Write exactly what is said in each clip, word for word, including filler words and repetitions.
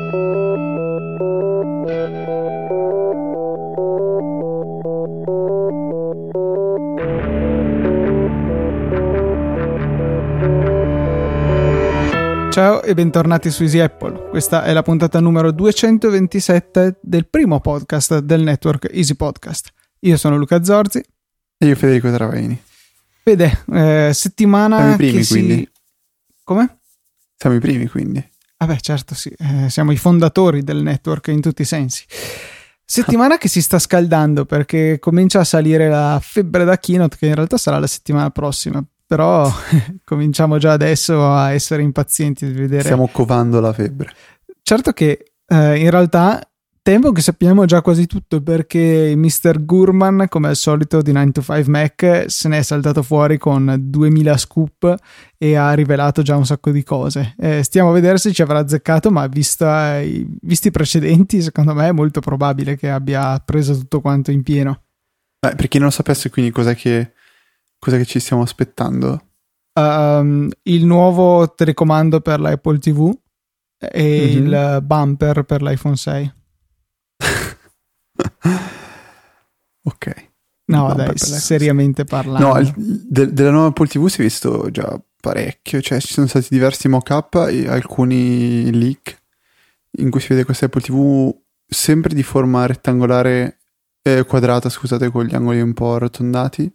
Ciao e bentornati su Easy Apple. Questa è la puntata numero duecentoventisette del primo podcast del network Easy Podcast. Io sono Luca Zorzi. E io Federico Travaini. Vede, eh, settimana Siamo i primi, che si... quindi. Come? Siamo i primi, quindi. Vabbè, certo, sì. Eh, siamo i fondatori del network in tutti i sensi. Settimana che si sta scaldando perché comincia a salire la febbre da keynote, che in realtà sarà la settimana prossima. Però cominciamo già adesso a essere impazienti di vedere. Stiamo covando la febbre. Certo che eh, in realtà temo che sappiamo già quasi tutto, perché mister Gurman, come al solito di nine to five Mac, se ne è saltato fuori con duemila scoop e ha rivelato già un sacco di cose. Eh, stiamo a vedere se ci avrà azzeccato, ma vista, visti i precedenti, secondo me è molto probabile che abbia preso tutto quanto in pieno. Eh, per chi non lo sapesse, quindi cos'è che Cos'è che ci stiamo aspettando? Um, il nuovo telecomando per l'Apple ti vu e mm-hmm. il bumper per l'iPhone sei. Ok. No, dai, seriamente parlando. No, il, de, della nuova Apple ti vu si è visto già parecchio. Cioè, ci sono stati diversi mock-up e alcuni leak in cui si vede questa Apple ti vu sempre di forma rettangolare, eh, quadrata, scusate, con gli angoli un po' arrotondati.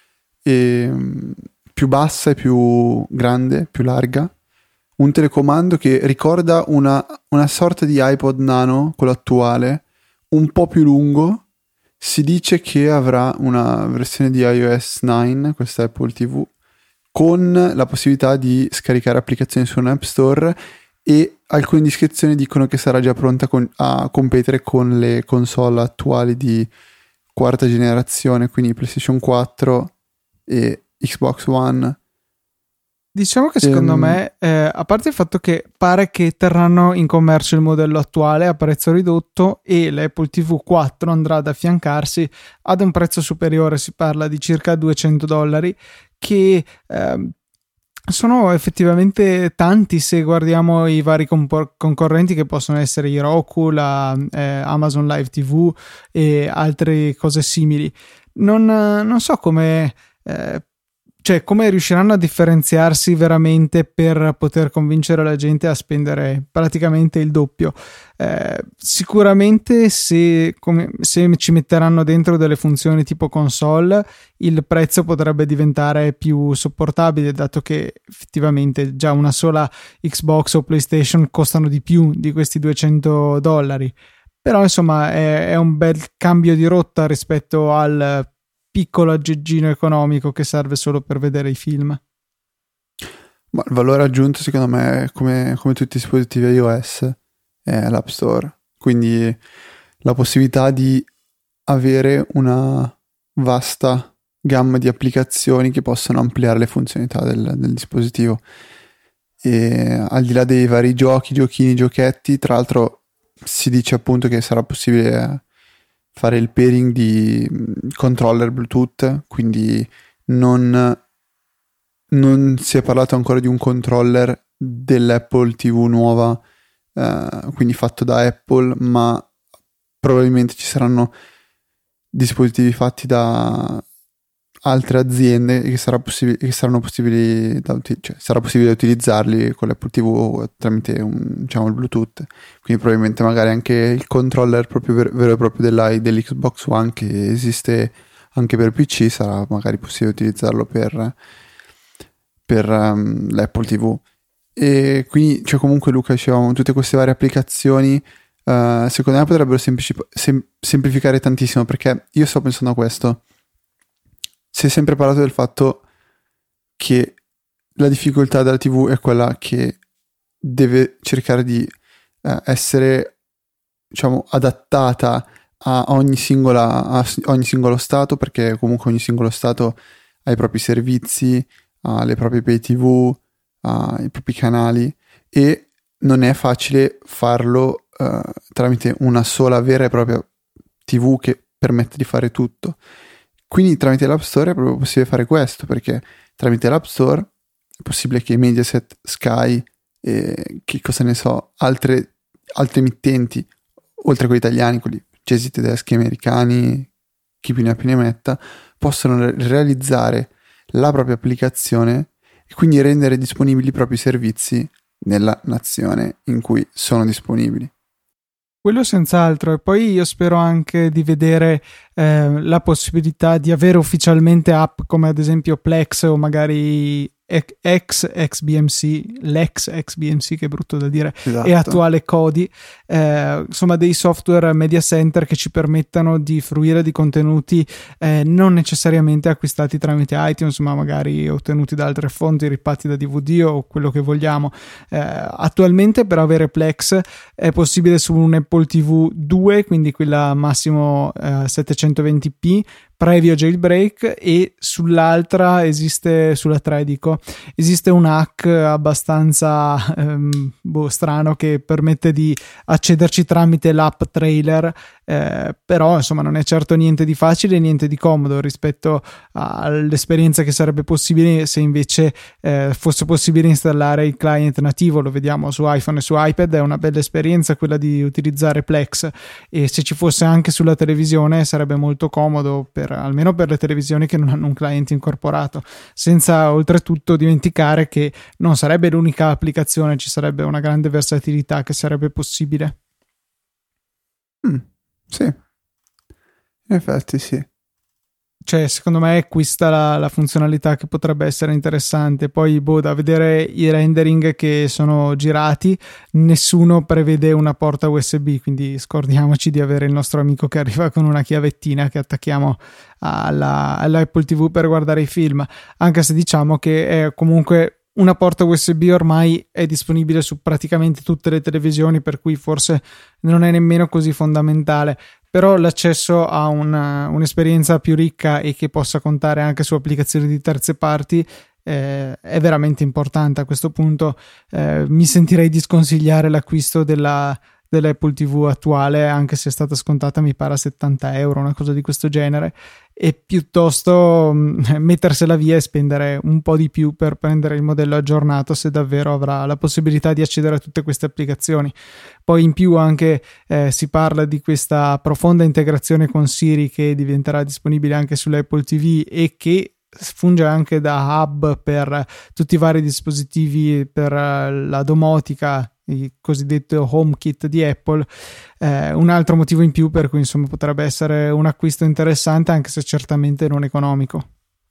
E più bassa e più grande, più larga, un telecomando che ricorda una, una sorta di iPod Nano, quello attuale, un po' più lungo. Si dice che avrà una versione di iOS nove, questa Apple ti vu, con la possibilità di scaricare applicazioni su un App Store, e alcune descrizioni dicono che sarà già pronta con, a competere con le console attuali di quarta generazione, quindi PlayStation quattro e Xbox One. Diciamo che secondo ehm... me, eh, a parte il fatto che pare che terranno in commercio il modello attuale a prezzo ridotto e l'Apple ti vu quattro andrà ad affiancarsi ad un prezzo superiore, si parla di circa duecento dollari, che eh, sono effettivamente tanti se guardiamo i vari compor- concorrenti che possono essere i Roku, la eh, Amazon Live ti vu e altre cose simili. Non, non so come... Eh, cioè come riusciranno a differenziarsi veramente per poter convincere la gente a spendere praticamente il doppio. Eh, sicuramente se, come, se ci metteranno dentro delle funzioni tipo console, il prezzo potrebbe diventare più sopportabile, dato che effettivamente già una sola Xbox o PlayStation costano di più di questi duecento dollari. Però insomma è, è un bel cambio di rotta rispetto al piccolo aggeggino economico che serve solo per vedere i film. Ma il valore aggiunto secondo me, come, come tutti i dispositivi iOS, è l'App Store, quindi la possibilità di avere una vasta gamma di applicazioni che possono ampliare le funzionalità del, del dispositivo. E al di là dei vari giochi, giochini, giochetti, tra l'altro si dice appunto che sarà possibile fare il pairing di controller Bluetooth, quindi non, non si è parlato ancora di un controller dell'Apple ti vu nuova, eh, quindi fatto da Apple, ma probabilmente ci saranno dispositivi fatti da altre aziende che, sarà possibile, che saranno possibili da, cioè sarà possibile utilizzarli con l'Apple ti vu tramite un, diciamo il Bluetooth, quindi probabilmente magari anche il controller proprio ver- vero e proprio della, dell'Xbox One, che esiste anche per P C, sarà magari possibile utilizzarlo per, per um, l'Apple ti vu. E quindi cioè comunque Luca, dicevamo, tutte queste varie applicazioni uh, secondo me potrebbero semplici- sem- semplificare tantissimo, perché io sto pensando a questo. Si è sempre parlato del fatto che la difficoltà della ti vu è quella che deve cercare di eh, essere, diciamo, adattata a ogni singola a ogni singolo stato, perché comunque ogni singolo stato ha i propri servizi, ha le proprie pay ti vu, ha i propri canali, e non è facile farlo eh, tramite una sola vera e propria ti vu che permette di fare tutto. Quindi tramite l'App Store è proprio possibile fare questo, perché tramite l'App Store è possibile che Mediaset, Sky e che cosa ne so, altre altri emittenti, oltre a quelli italiani, quelli francesi, tedeschi, americani, chi più ne ha più ne metta, possono re- realizzare la propria applicazione e quindi rendere disponibili i propri servizi nella nazione in cui sono disponibili. Quello senz'altro, e poi io spero anche di vedere eh, la possibilità di avere ufficialmente app come ad esempio Plex o magari ex X B M C, l'ex X B M C, che è brutto da dire, esatto. E attuale Kodi, eh, insomma dei software media center che ci permettano di fruire di contenuti eh, non necessariamente acquistati tramite iTunes, ma magari ottenuti da altre fonti, ripatti da D V D o quello che vogliamo. Eh, attualmente per avere Plex è possibile su un Apple T V due, quindi quella massimo eh, settecentoventi p, previo jailbreak, e sull'altra esiste, sulla tre dico, esiste un hack abbastanza ehm, boh, strano che permette di accederci tramite l'app trailer, eh, però insomma non è certo niente di facile, niente di comodo rispetto all'esperienza che sarebbe possibile se invece eh, fosse possibile installare il client nativo. Lo vediamo su iPhone e su iPad, è una bella esperienza quella di utilizzare Plex, e se ci fosse anche sulla televisione sarebbe molto comodo, per almeno per le televisioni che non hanno un client incorporato, senza oltretutto dimenticare che non sarebbe l'unica applicazione, ci sarebbe una grande versatilità che sarebbe possibile. Mm, sì, in effetti sì. Cioè, secondo me è questa la, la funzionalità che potrebbe essere interessante. Poi, boh, da vedere i rendering che sono girati, nessuno prevede una porta U S B, quindi scordiamoci di avere il nostro amico che arriva con una chiavettina che attacchiamo alla, all'Apple T V per guardare i film, anche se diciamo che è comunque una porta U S B ormai è disponibile su praticamente tutte le televisioni, per cui forse non è nemmeno così fondamentale. Però l'accesso a una, un'esperienza più ricca e che possa contare anche su applicazioni di terze parti eh, è veramente importante. A questo punto eh, mi sentirei di sconsigliare l'acquisto della, dell'Apple T V attuale, anche se è stata scontata mi pare a settanta euro, una cosa di questo genere, e piuttosto mh, mettersela via e spendere un po' di più per prendere il modello aggiornato, se davvero avrà la possibilità di accedere a tutte queste applicazioni. Poi in più anche eh, si parla di questa profonda integrazione con Siri che diventerà disponibile anche sull'Apple T V e che funge anche da hub per tutti i vari dispositivi per la domotica, il cosiddetto HomeKit di Apple. Eh, un altro motivo in più per cui insomma potrebbe essere un acquisto interessante, anche se certamente non economico.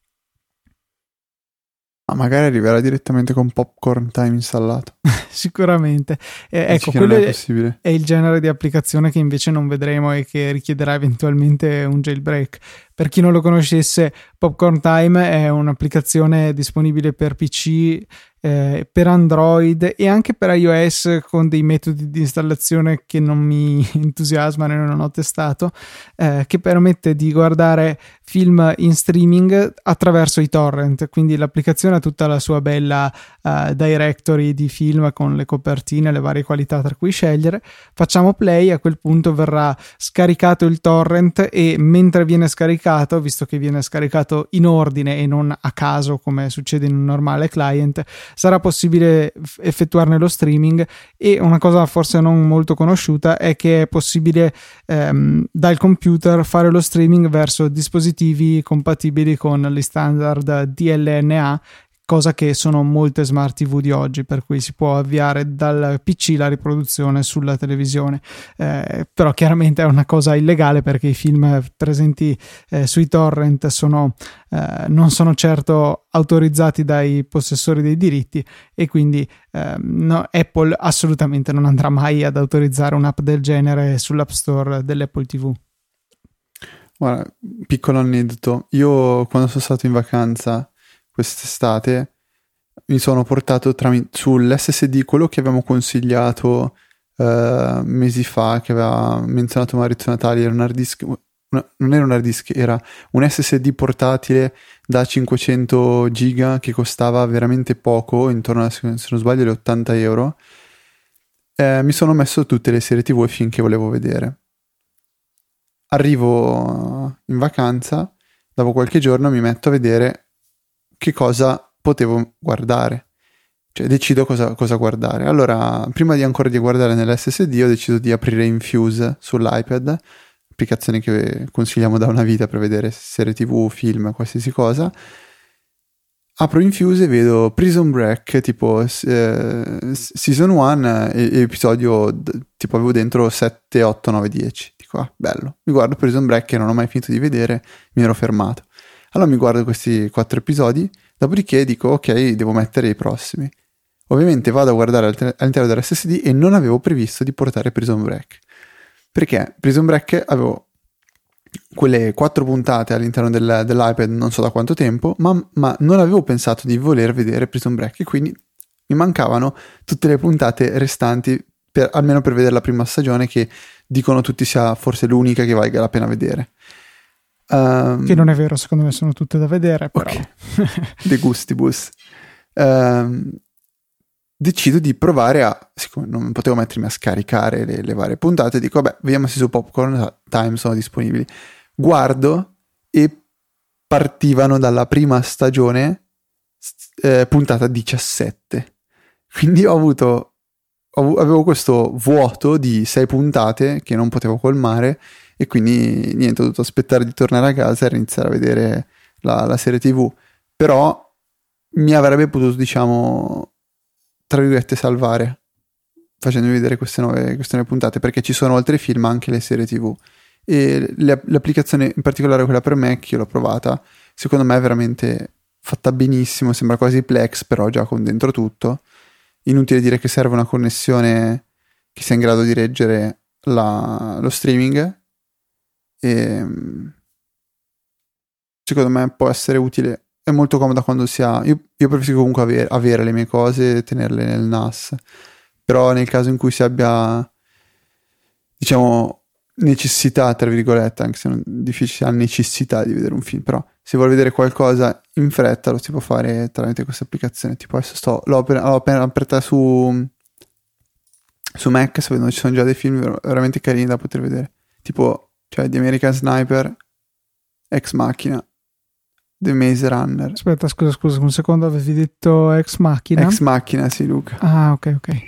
Ma magari arriverà direttamente con Popcorn Time installato. Sicuramente. Eh, ecco, quello è, è, è il genere di applicazione che invece non vedremo e che richiederà eventualmente un jailbreak. Per chi non lo conoscesse, Popcorn Time è un'applicazione disponibile per P C, eh, per Android e anche per iOS, con dei metodi di installazione che non mi entusiasmano e non ho testato, eh, che permette di guardare film in streaming attraverso i torrent. Quindi l'applicazione ha tutta la sua bella uh, directory di film con le copertine, le varie qualità tra cui scegliere. Facciamo play, a quel punto verrà scaricato il torrent e mentre viene scaricato, visto che viene scaricato in ordine e non a caso come succede in un normale client, sarà possibile effettuarne lo streaming. E una cosa forse non molto conosciuta è che è possibile ehm, dal computer fare lo streaming verso dispositivi compatibili con gli standard D L N A, cosa che sono molte smart T V di oggi, per cui si può avviare dal P C la riproduzione sulla televisione. Eh, però chiaramente è una cosa illegale, perché i film presenti eh, sui torrent sono, eh, non sono certo autorizzati dai possessori dei diritti, e quindi eh, no, Apple assolutamente non andrà mai ad autorizzare un'app del genere sull'App Store dell'Apple T V. Guarda, piccolo aneddoto, io quando sono stato in vacanza quest'estate mi sono portato tramite, sull'S S D, quello che avevamo consigliato uh, mesi fa, che aveva menzionato Maurizio Natali, era un hard disk, una, non era un hard disk, era un S S D portatile da cinquecento giga che costava veramente poco, intorno a, se non sbaglio, alle ottanta euro. Eh, mi sono messo tutte le serie T V e film che volevo vedere. Arrivo in vacanza, dopo qualche giorno mi metto a vedere che cosa potevo guardare. cioè decido cosa, cosa guardare. Allora, prima di ancora di guardare nell'esse esse di ho deciso di aprire Infuse sull'iPad, applicazione che consigliamo da una vita per vedere serie tv, film, qualsiasi cosa. Apro Infuse e vedo Prison Break, tipo eh, season uno e, e episodio d- tipo avevo dentro sette, otto, nove, dieci. Dico, ah, bello. Mi guardo Prison Break che non ho mai finito di vedere, mi ero fermato. Allora mi guardo questi quattro episodi, dopodiché dico, ok, devo mettere i prossimi. Ovviamente vado a guardare all'interno dell'esse esse di e non avevo previsto di portare Prison Break. Perché Prison Break avevo quelle quattro puntate all'interno del, dell'iPad non so da quanto tempo, ma, ma non avevo pensato di voler vedere Prison Break e quindi mi mancavano tutte le puntate restanti, per, almeno per vedere la prima stagione, che dicono tutti sia forse l'unica che valga la pena vedere. Um, che non è vero, secondo me sono tutte da vedere, però. Okay. De gustibus. Um, decido di provare a, siccome non potevo mettermi a scaricare le, le varie puntate, dico vabbè, vediamo se su Popcorn Time sono disponibili. Guardo e partivano dalla prima stagione eh, puntata diciassette, quindi ho avuto ho, avevo questo vuoto di sei puntate che non potevo colmare e quindi niente, ho dovuto aspettare di tornare a casa e iniziare a vedere la, la serie tv, però mi avrebbe potuto, diciamo, tra virgolette salvare facendomi vedere queste nuove, queste nuove puntate, perché ci sono oltre ai film anche le serie tv e le, l'applicazione in particolare quella per Mac, che io l'ho provata, secondo me è veramente fatta benissimo, sembra quasi Plex però già con dentro tutto. Inutile dire che serve una connessione che sia in grado di reggere la, lo streaming e secondo me può essere utile. È molto comoda quando si ha. Io, io preferisco comunque avere, avere le mie cose e tenerle nel N A S. Però nel caso in cui si abbia, diciamo, necessità, tra virgolette, anche se non è difficile, ha necessità di vedere un film, però se vuole vedere qualcosa in fretta lo si può fare tramite questa applicazione. Tipo adesso sto, l'ho appena, l'ho appena aperta su, su Mac, sto vedendo, ci sono già dei film veramente carini da poter vedere. Tipo, cioè, The American Sniper, Ex Machina, The Maze Runner. Aspetta, scusa, scusa, un secondo, avevi detto Ex Machina? Ex Machina, sì, Luca. Ah, ok, ok.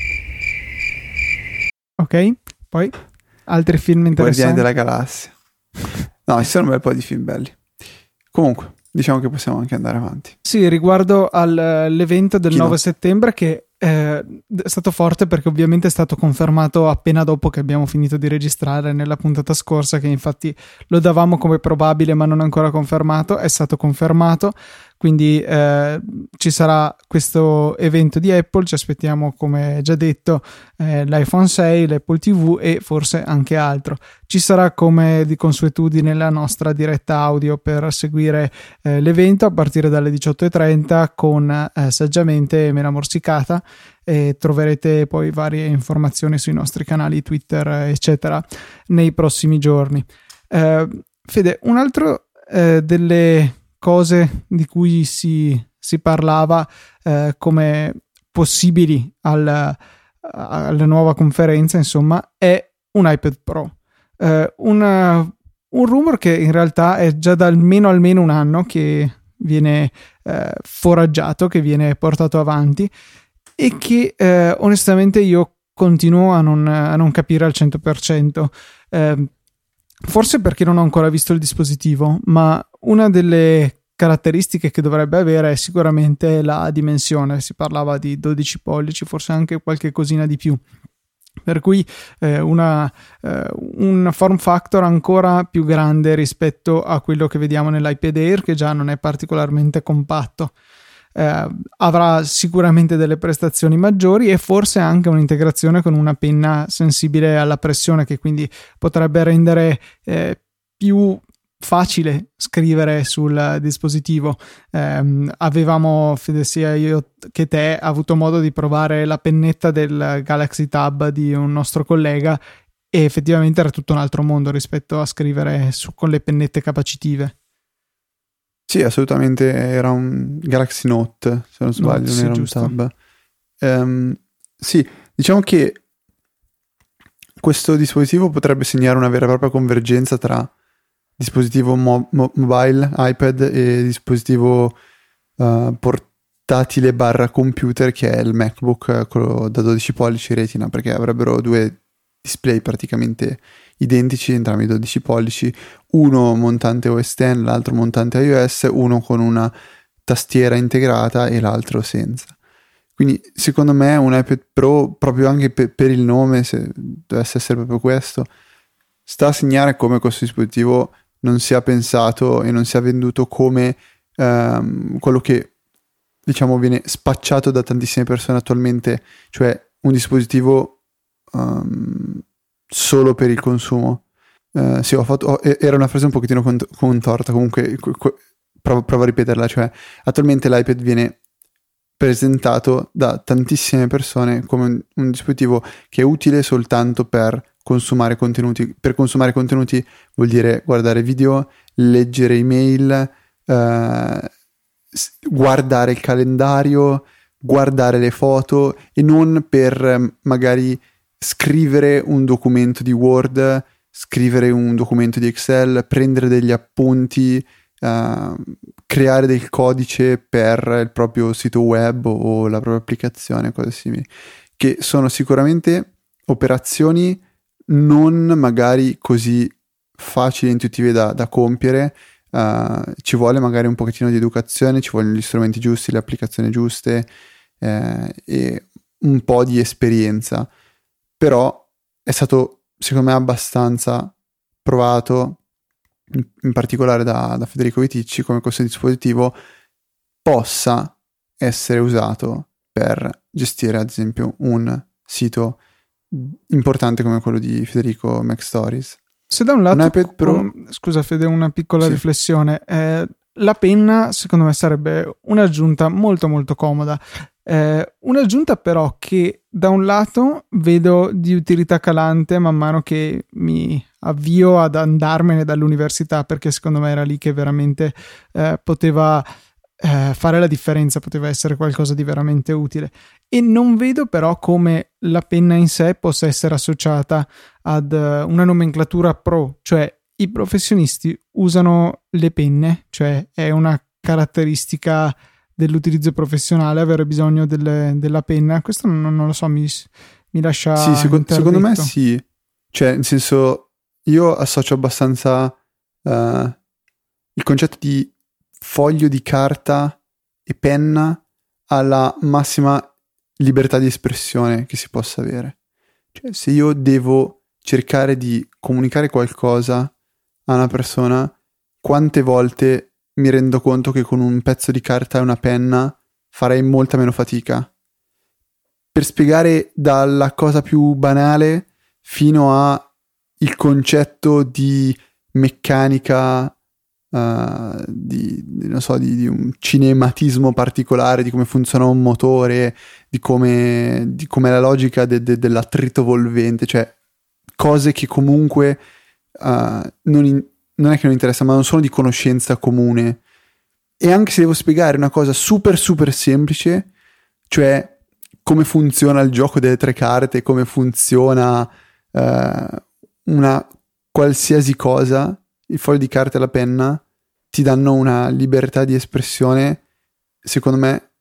Ok, poi altri film interessanti? Guardiani della Galassia. No, ci sono un bel po' di film belli. Comunque, diciamo che possiamo anche andare avanti. Sì, riguardo all'evento del Chino. nove settembre, che eh, è stato forte perché ovviamente è stato confermato appena dopo che abbiamo finito di registrare nella puntata scorsa, che infatti lo davamo come probabile ma non ancora confermato, è stato confermato, quindi eh, ci sarà questo evento di Apple, ci aspettiamo, come già detto, eh, l'iPhone sei, l'Apple tivù e forse anche altro. Ci sarà, come di consuetudine, la nostra diretta audio per seguire eh, l'evento a partire dalle diciotto e trenta con eh, Saggiamente Mela Morsicata, e troverete poi varie informazioni sui nostri canali Twitter eccetera nei prossimi giorni. eh, Fede, un altro eh, delle cose di cui si, si parlava eh, come possibili al, alla nuova conferenza, insomma, è un iPad Pro, eh, una, un rumor che in realtà è già da almeno almeno un anno che viene eh, foraggiato, che viene portato avanti e che eh, onestamente io continuo a non, a non capire al cento per cento, eh, forse perché non ho ancora visto il dispositivo, ma una delle caratteristiche che dovrebbe avere è sicuramente la dimensione. Si parlava di dodici pollici, forse anche qualche cosina di più, per cui eh, una, eh, un form factor ancora più grande rispetto a quello che vediamo nell'iPad Air, che già non è particolarmente compatto. Eh, avrà sicuramente delle prestazioni maggiori e forse anche un'integrazione con una penna sensibile alla pressione, che quindi potrebbe rendere eh, più facile scrivere sul dispositivo. Eh, avevamo, Fede, sia io che te, avuto modo di provare la pennetta del Galaxy Tab di un nostro collega e effettivamente era tutto un altro mondo rispetto a scrivere su, con le pennette capacitive. Sì, assolutamente, era un Galaxy Note, se non sbaglio, Note, non sì, era giusto. un Tab. Um, sì, diciamo che questo dispositivo potrebbe segnare una vera e propria convergenza tra dispositivo mo- mo- mobile, iPad, e dispositivo uh, portatile portatile barra computer che è il MacBook, quello da dodici pollici Retina, perché avrebbero due display praticamente identici, entrambi dodici pollici, uno montante O S X, l'altro montante iOS, uno con una tastiera integrata e l'altro senza. Quindi secondo me un iPad Pro, proprio anche per, per il nome, se dovesse essere proprio questo, sta a segnare come questo dispositivo non sia pensato e non sia venduto come ehm, quello che diciamo viene spacciato da tantissime persone attualmente, cioè un dispositivo um, solo per il consumo. Uh, sì, ho fatto, ho, era una frase un pochettino cont- contorta, comunque co- co- provo, provo a ripeterla, cioè attualmente l'iPad viene presentato da tantissime persone come un, un dispositivo che è utile soltanto per consumare contenuti. Per consumare contenuti vuol dire guardare video, leggere email, uh, guardare il calendario, guardare le foto, e non per magari scrivere un documento di Word, scrivere un documento di Excel, prendere degli appunti, uh, creare del codice per il proprio sito web o la propria applicazione, cose simili, che sono sicuramente operazioni non magari così facili e intuitive da, da compiere. Uh, ci vuole magari un pochettino di educazione, ci vogliono gli strumenti giusti, le applicazioni giuste eh, e un po' di esperienza, però è stato secondo me abbastanza provato in, in particolare da, da Federico Viticci come questo dispositivo possa essere usato per gestire ad esempio un sito importante come quello di Federico MacStories. Se da un lato, un iPad Pro... um, scusa Fede, una piccola sì. riflessione, eh, la penna secondo me sarebbe un'aggiunta molto molto comoda, eh, un'aggiunta però che da un lato vedo di utilità calante man mano che mi avvio ad andarmene dall'università, perché secondo me era lì che veramente eh, poteva eh, fare la differenza, poteva essere qualcosa di veramente utile. E non vedo però come la penna in sé possa essere associata ad una nomenclatura pro, cioè i professionisti usano le penne, cioè è una caratteristica dell'utilizzo professionale avere bisogno delle, della penna. Questo non, non lo so, mi, mi lascia sì, secondo, secondo me interdetto. sì, cioè nel senso io associo abbastanza uh, il concetto di foglio di carta e penna alla massima libertà di espressione che si possa avere. Cioè, se io devo cercare di comunicare qualcosa a una persona, quante volte mi rendo conto che con un pezzo di carta e una penna farei molta meno fatica per spiegare dalla cosa più banale fino a il concetto di meccanica, Uh, di, non so, di, di un cinematismo particolare, di come funziona un motore, di come di com'è la logica de, de, dell'attrito volvente, cioè cose che comunque uh, non, in, non è che non interessa, ma non sono di conoscenza comune. E anche se devo spiegare una cosa super super semplice, cioè come funziona il gioco delle tre carte, come funziona uh, una qualsiasi cosa, il foglio di carta e la penna ti danno una libertà di espressione, secondo me,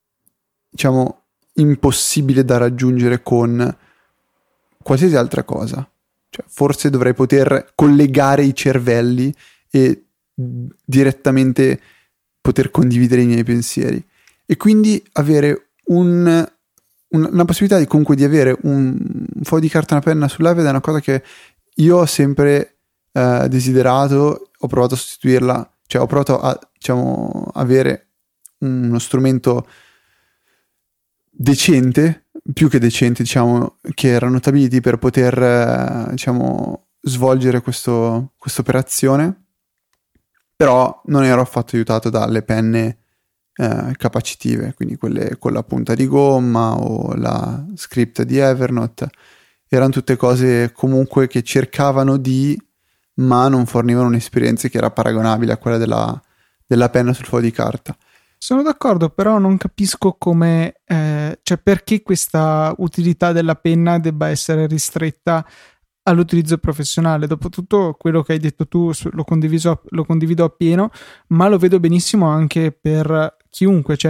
diciamo, impossibile da raggiungere con qualsiasi altra cosa. Cioè, forse dovrei poter collegare i cervelli e direttamente poter condividere i miei pensieri. E quindi avere un, un, una possibilità di comunque di avere un, un foglio di carta e una penna sull'iPad è una cosa che io ho sempre Uh, desiderato, ho provato a sostituirla, cioè ho provato a, diciamo, avere uno strumento decente, più che decente, diciamo, che era Notability per poter, uh, diciamo, svolgere questo questa operazione, però non ero affatto aiutato dalle penne uh, capacitive, quindi quelle con la punta di gomma o la script di Evernote. Erano tutte cose comunque che cercavano di, ma non fornivano un'esperienza che era paragonabile a quella della, della penna sul foglio di carta. Sono d'accordo, però non capisco come, eh, cioè perché questa utilità della penna debba essere ristretta all'utilizzo professionale. Dopotutto quello che hai detto tu lo condiviso, lo condivido appieno, ma lo vedo benissimo anche per chiunque, cioè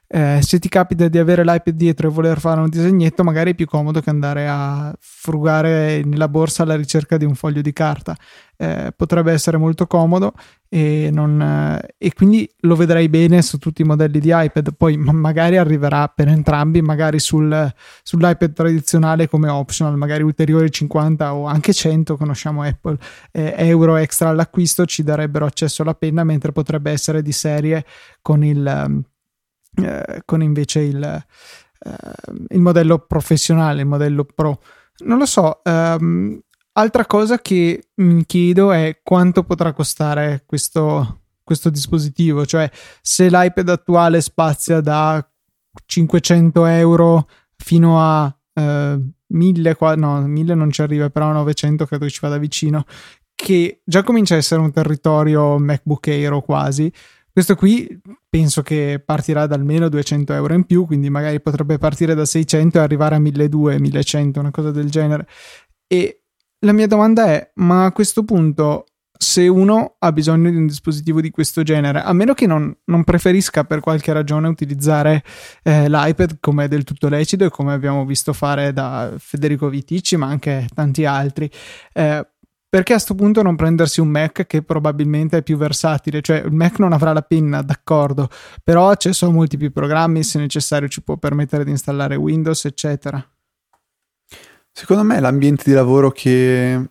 eh, se ti capita di avere l'iPad dietro e voler fare un disegnetto, magari è più comodo che andare a frugare nella borsa alla ricerca di un foglio di carta. Eh, potrebbe essere molto comodo e, non, eh, e quindi lo vedrai bene su tutti i modelli di iPad. Poi ma magari arriverà per entrambi, magari sul, sull'iPad tradizionale come optional, magari ulteriori cinquanta o anche cento, conosciamo Apple, eh, euro extra all'acquisto ci darebbero accesso alla penna, mentre potrebbe essere di serie con il eh, con invece il, eh, il modello professionale, il modello Pro. Non lo so. ehm, Altra cosa che mi chiedo è quanto potrà costare questo, questo dispositivo, cioè se l'iPad attuale spazia da cinquecento euro fino a eh, mille, no, mille non ci arriva, però novecento credo che ci vada vicino, che già comincia a essere un territorio MacBook Air o quasi. Questo qui penso che partirà da almeno duecento euro in più, quindi magari potrebbe partire da seicento e arrivare a milleduecento, millecento, una cosa del genere. E la mia domanda è, ma a questo punto, se uno ha bisogno di un dispositivo di questo genere, a meno che non, non preferisca per qualche ragione utilizzare eh, l'iPad, come è del tutto lecito e come abbiamo visto fare da Federico Viticci, ma anche tanti altri, eh, perché a questo punto non prendersi un Mac che probabilmente è più versatile? Cioè il Mac non avrà la penna, d'accordo, però ha accesso a molti più programmi, se necessario ci può permettere di installare Windows, eccetera. Secondo me l'ambiente di lavoro che,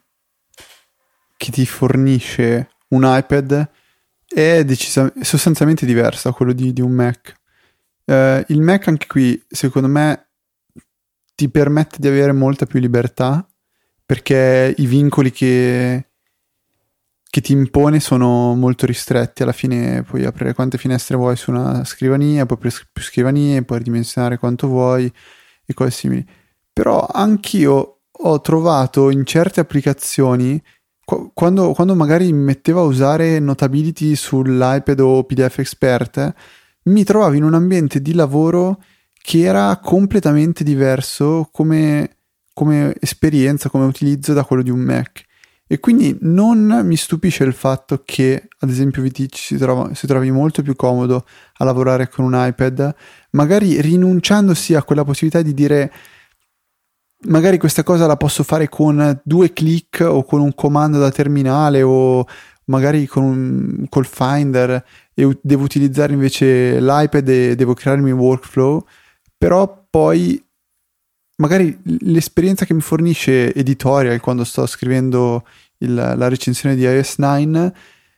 che ti fornisce un iPad è decisam- sostanzialmente diverso da quello di, di un Mac. Eh, il Mac anche qui, secondo me, ti permette di avere molta più libertà, perché i vincoli che, che ti impone sono molto ristretti. Alla fine puoi aprire quante finestre vuoi su una scrivania, puoi aprire più scrivanie, puoi ridimensionare quanto vuoi e cose simili. Però anch'io ho trovato in certe applicazioni, qu- quando, quando magari mi mettevo a usare Notability sull'iPad o P D F Expert, mi trovavo in un ambiente di lavoro che era completamente diverso come, come esperienza, come utilizzo da quello di un Mac. E quindi non mi stupisce il fatto che, ad esempio, Viticci si, trova, si trovi molto più comodo a lavorare con un iPad, magari rinunciandosi a quella possibilità di dire magari questa cosa la posso fare con due click o con un comando da terminale o magari con un, col Finder, e u- devo utilizzare invece l'iPad e devo crearmi un workflow. Però poi magari l'esperienza che mi fornisce editorial quando sto scrivendo il, la recensione di iOS nove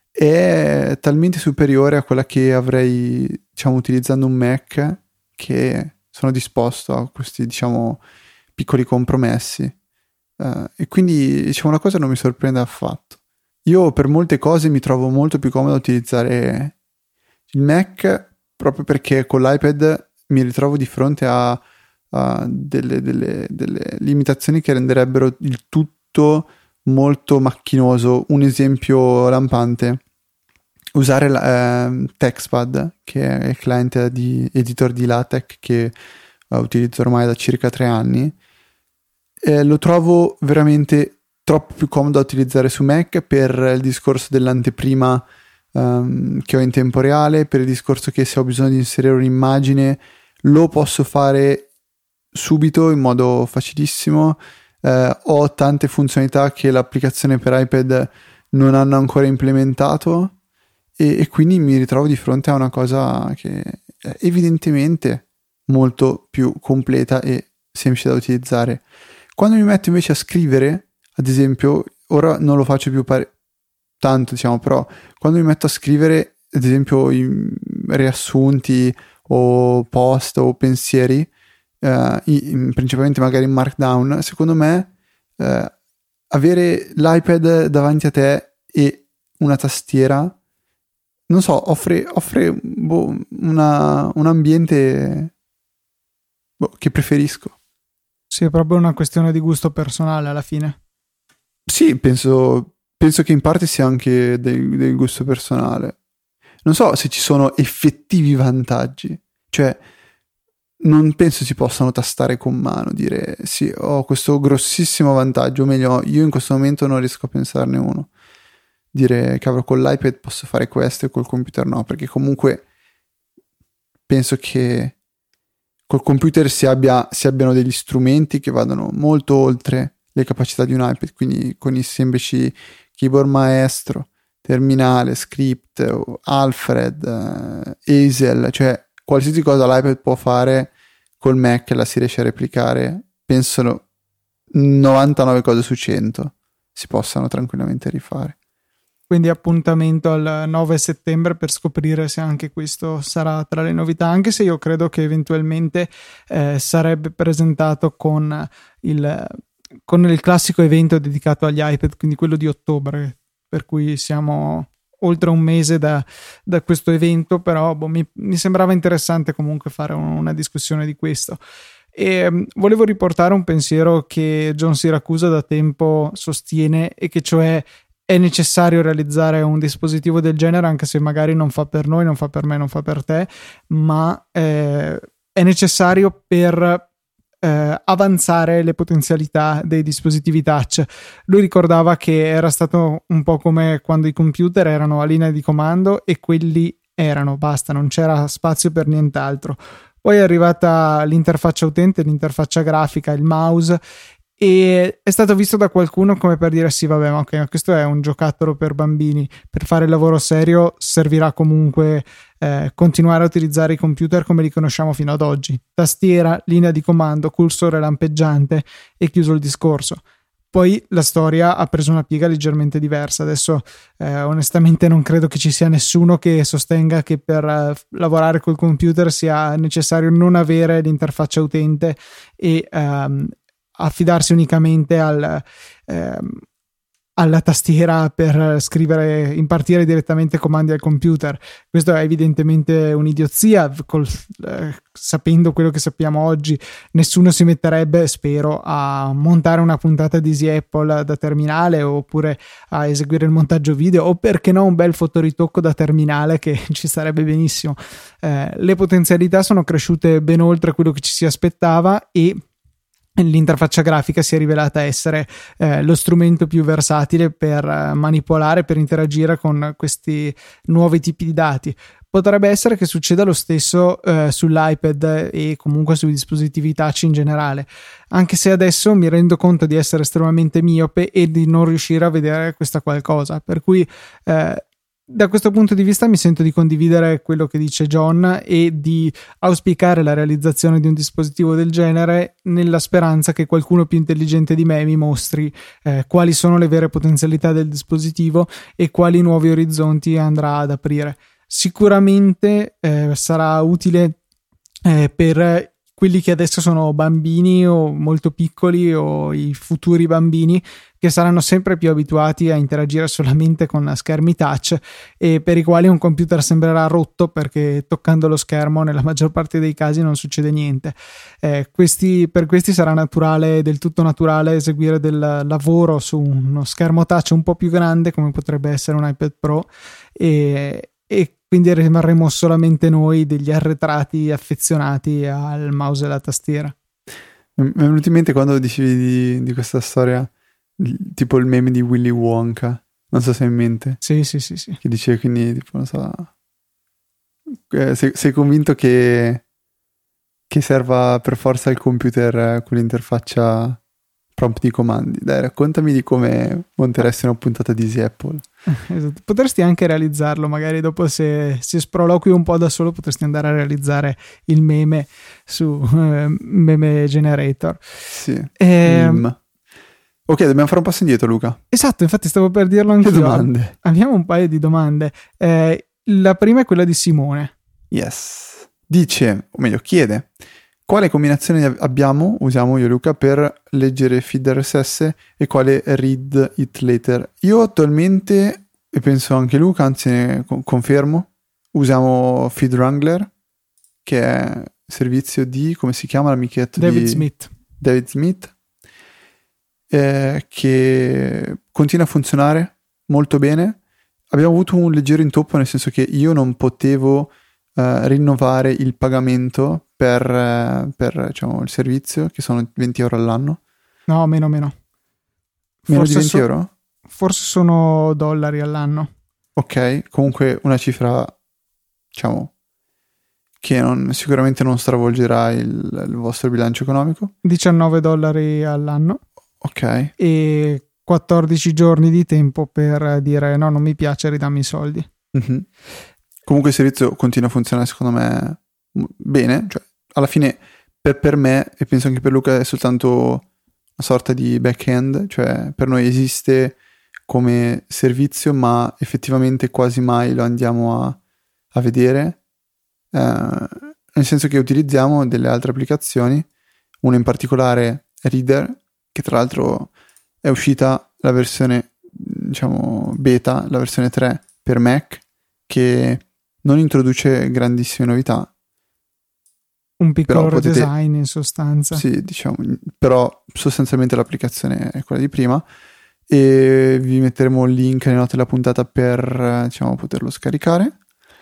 è talmente superiore a quella che avrei, diciamo, utilizzando un Mac, che sono disposto a questi, diciamo, piccoli compromessi. Uh, e quindi, diciamo, una cosa non mi sorprende affatto. Io per molte cose mi trovo molto più comodo a utilizzare il Mac, proprio perché con l'iPad mi ritrovo di fronte a, a delle, delle, delle limitazioni che renderebbero il tutto molto macchinoso. Un esempio lampante: usare la, eh, TextPad, che è il cliente di editor di LaTeX che uh, utilizzo ormai da circa tre anni. Eh, lo trovo veramente troppo più comodo da utilizzare su Mac, per il discorso dell'anteprima um, che ho in tempo reale, per il discorso che se ho bisogno di inserire un'immagine lo posso fare subito in modo facilissimo. Eh, ho tante funzionalità che l'applicazione per iPad non hanno ancora implementato, e, e quindi mi ritrovo di fronte a una cosa che è evidentemente molto più completa e semplice da utilizzare. Quando mi metto invece a scrivere, ad esempio, ora non lo faccio più pare- tanto, diciamo, però quando mi metto a scrivere, ad esempio, i riassunti o post o pensieri, eh, in, principalmente magari in Markdown, secondo me eh, avere l'iPad davanti a te e una tastiera, non so, offre, offre boh, una, un ambiente boh, che preferisco. Sì, è proprio una questione di gusto personale alla fine. Sì, penso, penso che in parte sia anche del, del gusto personale. Non so se ci sono effettivi vantaggi, cioè non penso si possano tastare con mano, dire sì, ho questo grossissimo vantaggio, o meglio, io in questo momento non riesco a pensarne uno. Dire, cavolo, con l'iPad posso fare questo e col computer no, perché comunque penso che col computer si, abbia, si abbiano degli strumenti che vadano molto oltre le capacità di un iPad, quindi con i semplici keyboard maestro, terminale, script, Alfred, eh, Hazel, cioè qualsiasi cosa l'iPad può fare col Mac la si riesce a replicare. Penso novantanove cose su cento si possano tranquillamente rifare. Quindi appuntamento al nove settembre per scoprire se anche questo sarà tra le novità, anche se io credo che eventualmente eh, sarebbe presentato con il, con il classico evento dedicato agli iPad, quindi quello di ottobre, per cui siamo oltre un mese da, da questo evento, però boh, mi, mi sembrava interessante comunque fare un, una discussione di questo. E um, volevo riportare un pensiero che John Siracusa da tempo sostiene, e che cioè è necessario realizzare un dispositivo del genere, anche se magari non fa per noi, non fa per me, non fa per te, ma eh, è necessario per eh, avanzare le potenzialità dei dispositivi touch. Lui ricordava che era stato un po' come quando i computer erano a linea di comando e quelli erano, basta, non c'era spazio per nient'altro. Poi è arrivata l'interfaccia utente, l'interfaccia grafica, il mouse, e è stato visto da qualcuno come per dire sì vabbè, ma ok, ma questo è un giocattolo per bambini, per fare il lavoro serio servirà comunque eh, continuare a utilizzare i computer come li conosciamo fino ad oggi: tastiera, linea di comando, cursore lampeggiante, e chiuso il discorso. Poi la storia ha preso una piega leggermente diversa. Adesso eh, onestamente non credo che ci sia nessuno che sostenga che per eh, lavorare col computer sia necessario non avere l'interfaccia utente e ehm, affidarsi unicamente al, ehm, alla tastiera per scrivere, impartire direttamente comandi al computer. Questo è evidentemente un'idiozia. Col, eh, sapendo quello che sappiamo oggi, nessuno si metterebbe, spero, a montare una puntata di Easy Apple da terminale, oppure a eseguire il montaggio video, o perché no un bel fotoritocco da terminale, che ci starebbe benissimo. Eh, le potenzialità sono cresciute ben oltre quello che ci si aspettava, e l'interfaccia grafica si è rivelata essere eh, lo strumento più versatile per eh, manipolare, per interagire con questi nuovi tipi di dati. Potrebbe essere che succeda lo stesso eh, sull'iPad e comunque sui dispositivi touch in generale, anche se adesso mi rendo conto di essere estremamente miope e di non riuscire a vedere questa qualcosa, per cui eh, da questo punto di vista mi sento di condividere quello che dice John e di auspicare la realizzazione di un dispositivo del genere, nella speranza che qualcuno più intelligente di me mi mostri eh, quali sono le vere potenzialità del dispositivo e quali nuovi orizzonti andrà ad aprire. Sicuramente eh, sarà utile eh, per quelli che adesso sono bambini o molto piccoli, o i futuri bambini, che saranno sempre più abituati a interagire solamente con schermi touch e per i quali un computer sembrerà rotto perché toccando lo schermo nella maggior parte dei casi non succede niente. Eh, questi, per questi sarà naturale, del tutto naturale, eseguire del lavoro su uno schermo touch un po' più grande, come potrebbe essere un iPad Pro, e, e quindi rimarremo solamente noi degli arretrati affezionati al mouse e alla tastiera. Mi è venuto in mente quando dicevi di, di questa storia, tipo il meme di Willy Wonka, non so se hai in mente. Sì, sì, sì, sì. Che dice, quindi, tipo, non so, eh, sei, sei convinto che, che serva per forza il computer con l'interfaccia prompt di comandi? Dai, raccontami di come monteresti una puntata di Easy Apple. Esatto. Potresti anche realizzarlo, magari dopo, se, se sproloqui un po' da solo, potresti andare a realizzare il meme su eh, Meme Generator. Sì. E... Ok, dobbiamo fare un passo indietro, Luca. Esatto, infatti stavo per dirlo anche io. Che domande? Abbiamo un paio di domande. Eh, la prima è quella di Simone. Yes. Dice, o meglio chiede, quale combinazione abbiamo, usiamo io e Luca, per leggere feed R S S e quale read it later? Io attualmente, e penso anche Luca, anzi ne confermo, usiamo Feed Wrangler, che è servizio di, come si chiama l'amichetto David di Smith. David Smith, eh, che continua a funzionare molto bene. Abbiamo avuto un leggero intoppo, nel senso che io non potevo eh, rinnovare il pagamento per, eh, per diciamo, il servizio, che sono venti euro all'anno. No, meno, meno. Meno Forse di venti so- euro? Forse sono dollari all'anno. Ok, comunque una cifra, diciamo, che non, sicuramente non stravolgerà il, il vostro bilancio economico. diciannove dollari all'anno. Ok. E quattordici giorni di tempo per dire no, non mi piace, ridammi i soldi. Mm-hmm. Comunque il servizio continua a funzionare secondo me bene, cioè alla fine per, per me e penso anche per Luca è soltanto una sorta di back-end, cioè per noi esiste come servizio ma effettivamente quasi mai lo andiamo a, a vedere, eh, nel senso che utilizziamo delle altre applicazioni, una in particolare Reader, che tra l'altro è uscita la versione diciamo beta, la versione tre per Mac, che non introduce grandissime novità, un piccolo potete, redesign in sostanza. Sì, diciamo, però sostanzialmente l'applicazione è quella di prima e vi metteremo il link nelle note della puntata per diciamo poterlo scaricare.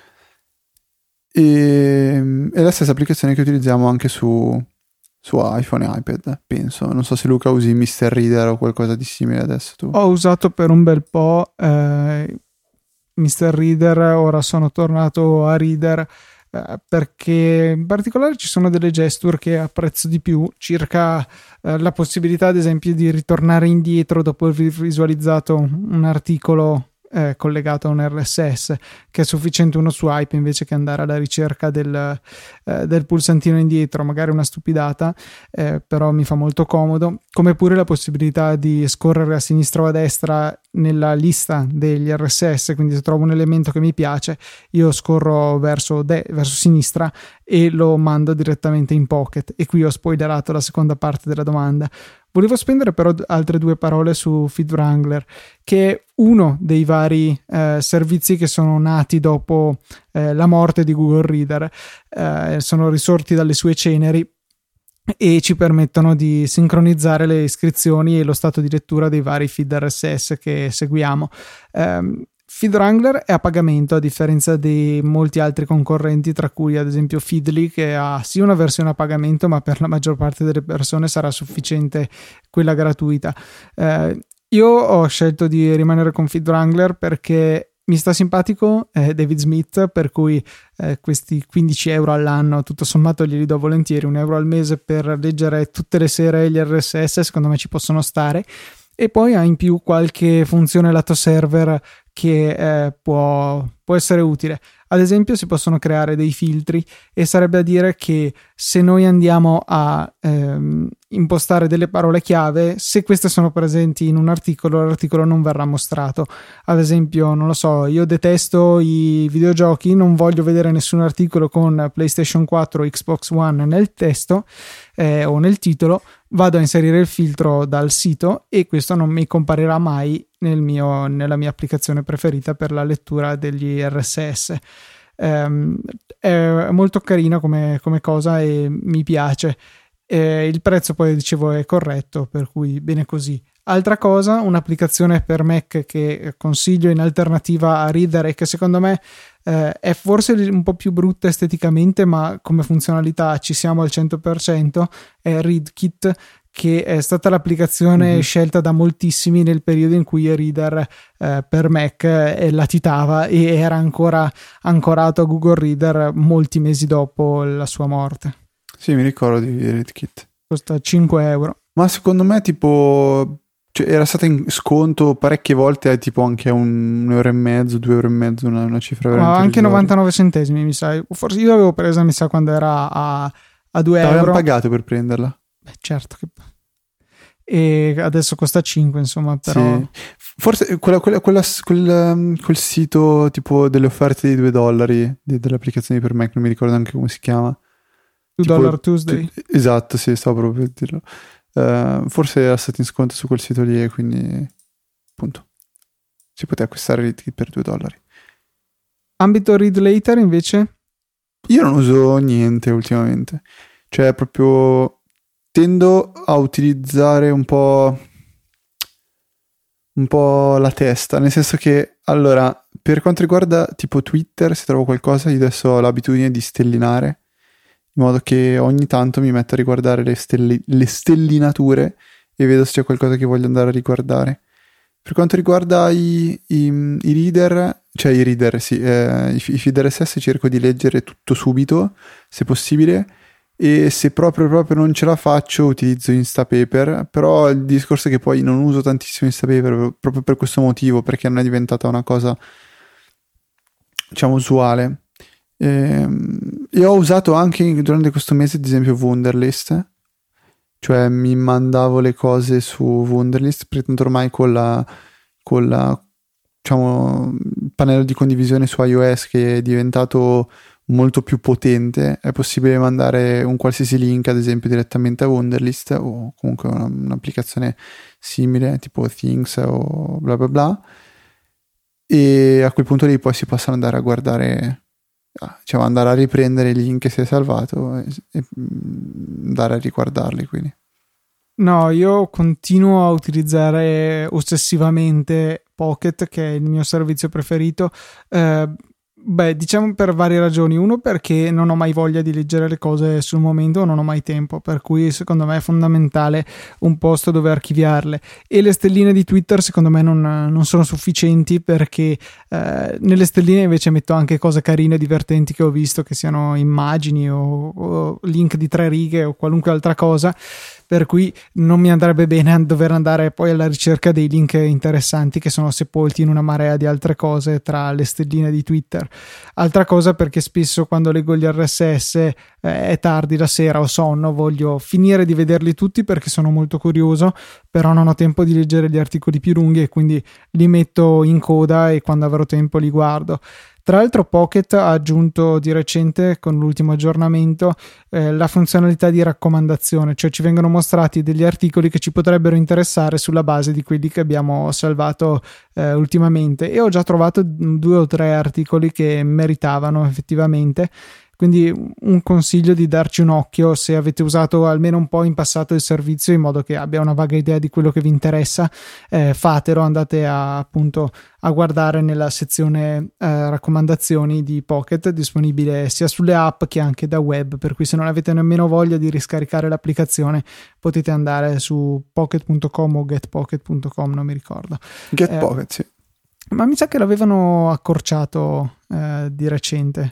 E è la stessa applicazione che utilizziamo anche su, su iPhone e iPad, penso. Non so se Luca usi mister Reader o qualcosa di simile adesso tu. Ho usato per un bel po' eh, mister Reader, ora sono tornato a Reader eh, perché in particolare ci sono delle gesture che apprezzo di più, circa eh, la possibilità ad esempio di ritornare indietro dopo aver visualizzato un articolo eh, collegato a un R S S, che è sufficiente uno swipe invece che andare alla ricerca del, eh, del pulsantino indietro, magari una stupidata, eh, però mi fa molto comodo, come pure la possibilità di scorrere a sinistra o a destra nella lista degli R S S, quindi se trovo un elemento che mi piace io scorro verso, de- verso sinistra e lo mando direttamente in Pocket. E qui ho spoilerato la seconda parte della domanda. Volevo spendere però altre due parole su FeedWrangler, che è uno dei vari eh, servizi che sono nati dopo eh, la morte di Google Reader, eh, sono risorti dalle sue ceneri e ci permettono di sincronizzare le iscrizioni e lo stato di lettura dei vari feed R S S che seguiamo. Um, FeedWrangler è a pagamento, a differenza di molti altri concorrenti, tra cui ad esempio Feedly, che ha sì una versione a pagamento, ma per la maggior parte delle persone sarà sufficiente quella gratuita. Uh, io ho scelto di rimanere con FeedWrangler perché mi sta simpatico eh, David Smith, per cui eh, questi quindici euro all'anno tutto sommato glieli do volentieri, un euro al mese per leggere tutte le sere gli R S S secondo me ci possono stare, e poi ha in più qualche funzione lato server che eh, può, può essere utile. Ad esempio si possono creare dei filtri, e sarebbe a dire che se noi andiamo a ehm, impostare delle parole chiave, se queste sono presenti in un articolo, l'articolo non verrà mostrato. Ad esempio, non lo so, io detesto i videogiochi, non voglio vedere nessun articolo con PlayStation quattro o Xbox One nel testo eh, o nel titolo, vado a inserire il filtro dal sito e questo non mi comparirà mai nel mio, nella mia applicazione preferita per la lettura degli R S S. Um, è molto carina come, come cosa e mi piace. Eh, il prezzo poi dicevo è corretto, per cui bene così. Altra cosa, un'applicazione per Mac che consiglio in alternativa a Reader e che secondo me eh, è forse un po' più brutta esteticamente, ma come funzionalità ci siamo al cento per cento, è ReadKit, che è stata l'applicazione mm-hmm. scelta da moltissimi nel periodo in cui Reader eh, per Mac eh, latitava e era ancora ancorato a Google Reader molti mesi dopo la sua morte. Sì, mi ricordo di ReadKit. Costa cinque euro. Ma secondo me tipo cioè, era stata in sconto parecchie volte, tipo anche a un, un euro e mezzo, due euro e mezzo, una, una cifra veramente Ma anche irrisoria. novantanove centesimi mi sa. Forse io l'avevo presa mi sa quando era a, a due euro. Avevamo pagato per prenderla. Beh, certo che... E adesso costa cinque, insomma, però... Sì. Forse quella, quella, quella, quel, quel sito tipo delle offerte di due dollari di, delle applicazioni per Mac, non mi ricordo neanche come si chiama. due Dollar Tuesday. Tu, esatto, sì, stavo proprio per dirlo. Uh, forse era stato in sconto su quel sito lì e quindi appunto si poteva acquistare ReadKit per due dollari. Ambito Read Later invece? Io non uso niente ultimamente, cioè proprio tendo a utilizzare un po' un po' la testa, nel senso che allora per quanto riguarda tipo Twitter, se trovo qualcosa io adesso ho l'abitudine di stellinare, in modo che ogni tanto mi metto a riguardare le, stelli- le stellinature e vedo se c'è qualcosa che voglio andare a riguardare. Per quanto riguarda i, i, i reader, cioè i reader, sì, eh, i, i feed R S S cerco di leggere tutto subito, se possibile, e se proprio proprio non ce la faccio utilizzo Instapaper, però il discorso è che poi non uso tantissimo Instapaper proprio per questo motivo, perché non è diventata una cosa, diciamo, usuale. E, e ho usato anche durante questo mese, ad esempio, Wunderlist, cioè mi mandavo le cose su Wunderlist, perché tanto ormai con la, con la diciamo, il pannello di condivisione su iOS che è diventato molto più potente, è possibile mandare un qualsiasi link, ad esempio, direttamente a Wunderlist o comunque una, un'applicazione simile, tipo Things o bla bla bla, e a quel punto lì poi si possono andare a guardare, diciamo, andare a riprendere i link che si è salvato e, e andare a riguardarli, quindi. No, io continuo a utilizzare ossessivamente Pocket, che è il mio servizio preferito. Eh, beh, diciamo per varie ragioni. Uno, perché non ho mai voglia di leggere le cose sul momento, non ho mai tempo, per cui secondo me è fondamentale un posto dove archiviarle. E le stelline di Twitter secondo me non, non sono sufficienti, perché eh, nelle stelline invece metto anche cose carine e divertenti che ho visto, che siano immagini o, o link di tre righe o qualunque altra cosa, per cui non mi andrebbe bene a dover andare poi alla ricerca dei link interessanti che sono sepolti in una marea di altre cose tra le stelline di Twitter. Altra cosa, perché spesso quando leggo gli R S S eh, è tardi la sera, ho sonno, voglio finire di vederli tutti perché sono molto curioso, però non ho tempo di leggere gli articoli più lunghi e quindi li metto in coda e quando avrò tempo li guardo. Tra l'altro Pocket ha aggiunto di recente, con l'ultimo aggiornamento, eh, la funzionalità di raccomandazione, cioè ci vengono mostrati degli articoli che ci potrebbero interessare sulla base di quelli che abbiamo salvato eh, ultimamente, e ho già trovato due o tre articoli che meritavano effettivamente. Quindi un consiglio di darci un occhio se avete usato almeno un po' in passato il servizio, in modo che abbia una vaga idea di quello che vi interessa. Eh, fatelo, andate a, appunto a guardare nella sezione eh, raccomandazioni di Pocket, disponibile sia sulle app che anche da web, per cui se non avete nemmeno voglia di riscaricare l'applicazione potete andare su pocket punto com o get pocket punto com, non mi ricordo. Get eh, Pocket, sì. Ma mi sa che l'avevano accorciato eh, di recente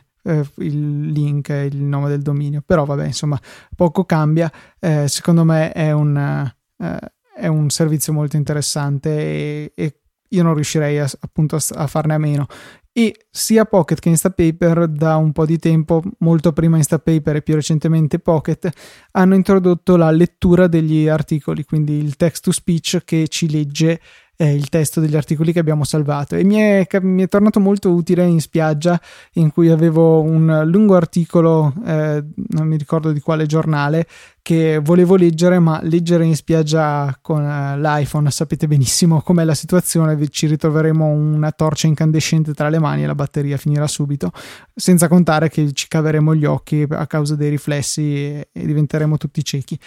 il link, il nome del dominio, però vabbè, insomma, poco cambia. Eh, secondo me è un, eh, è un servizio molto interessante e, e io non riuscirei a, appunto a, a farne a meno. E sia Pocket che Instapaper da un po' di tempo, molto prima Instapaper e più recentemente Pocket, hanno introdotto la lettura degli articoli, quindi il text to speech che ci legge eh, il testo degli articoli che abbiamo salvato, e mi è, mi è tornato molto utile in spiaggia, in cui avevo un lungo articolo, eh, non mi ricordo di quale giornale, che volevo leggere, ma leggere in spiaggia con uh, l'iPhone, sapete benissimo com'è la situazione, ci ritroveremo una torcia incandescente tra le mani e la batteria finirà subito, senza contare che ci caveremo gli occhi a causa dei riflessi e, e diventeremo tutti ciechi.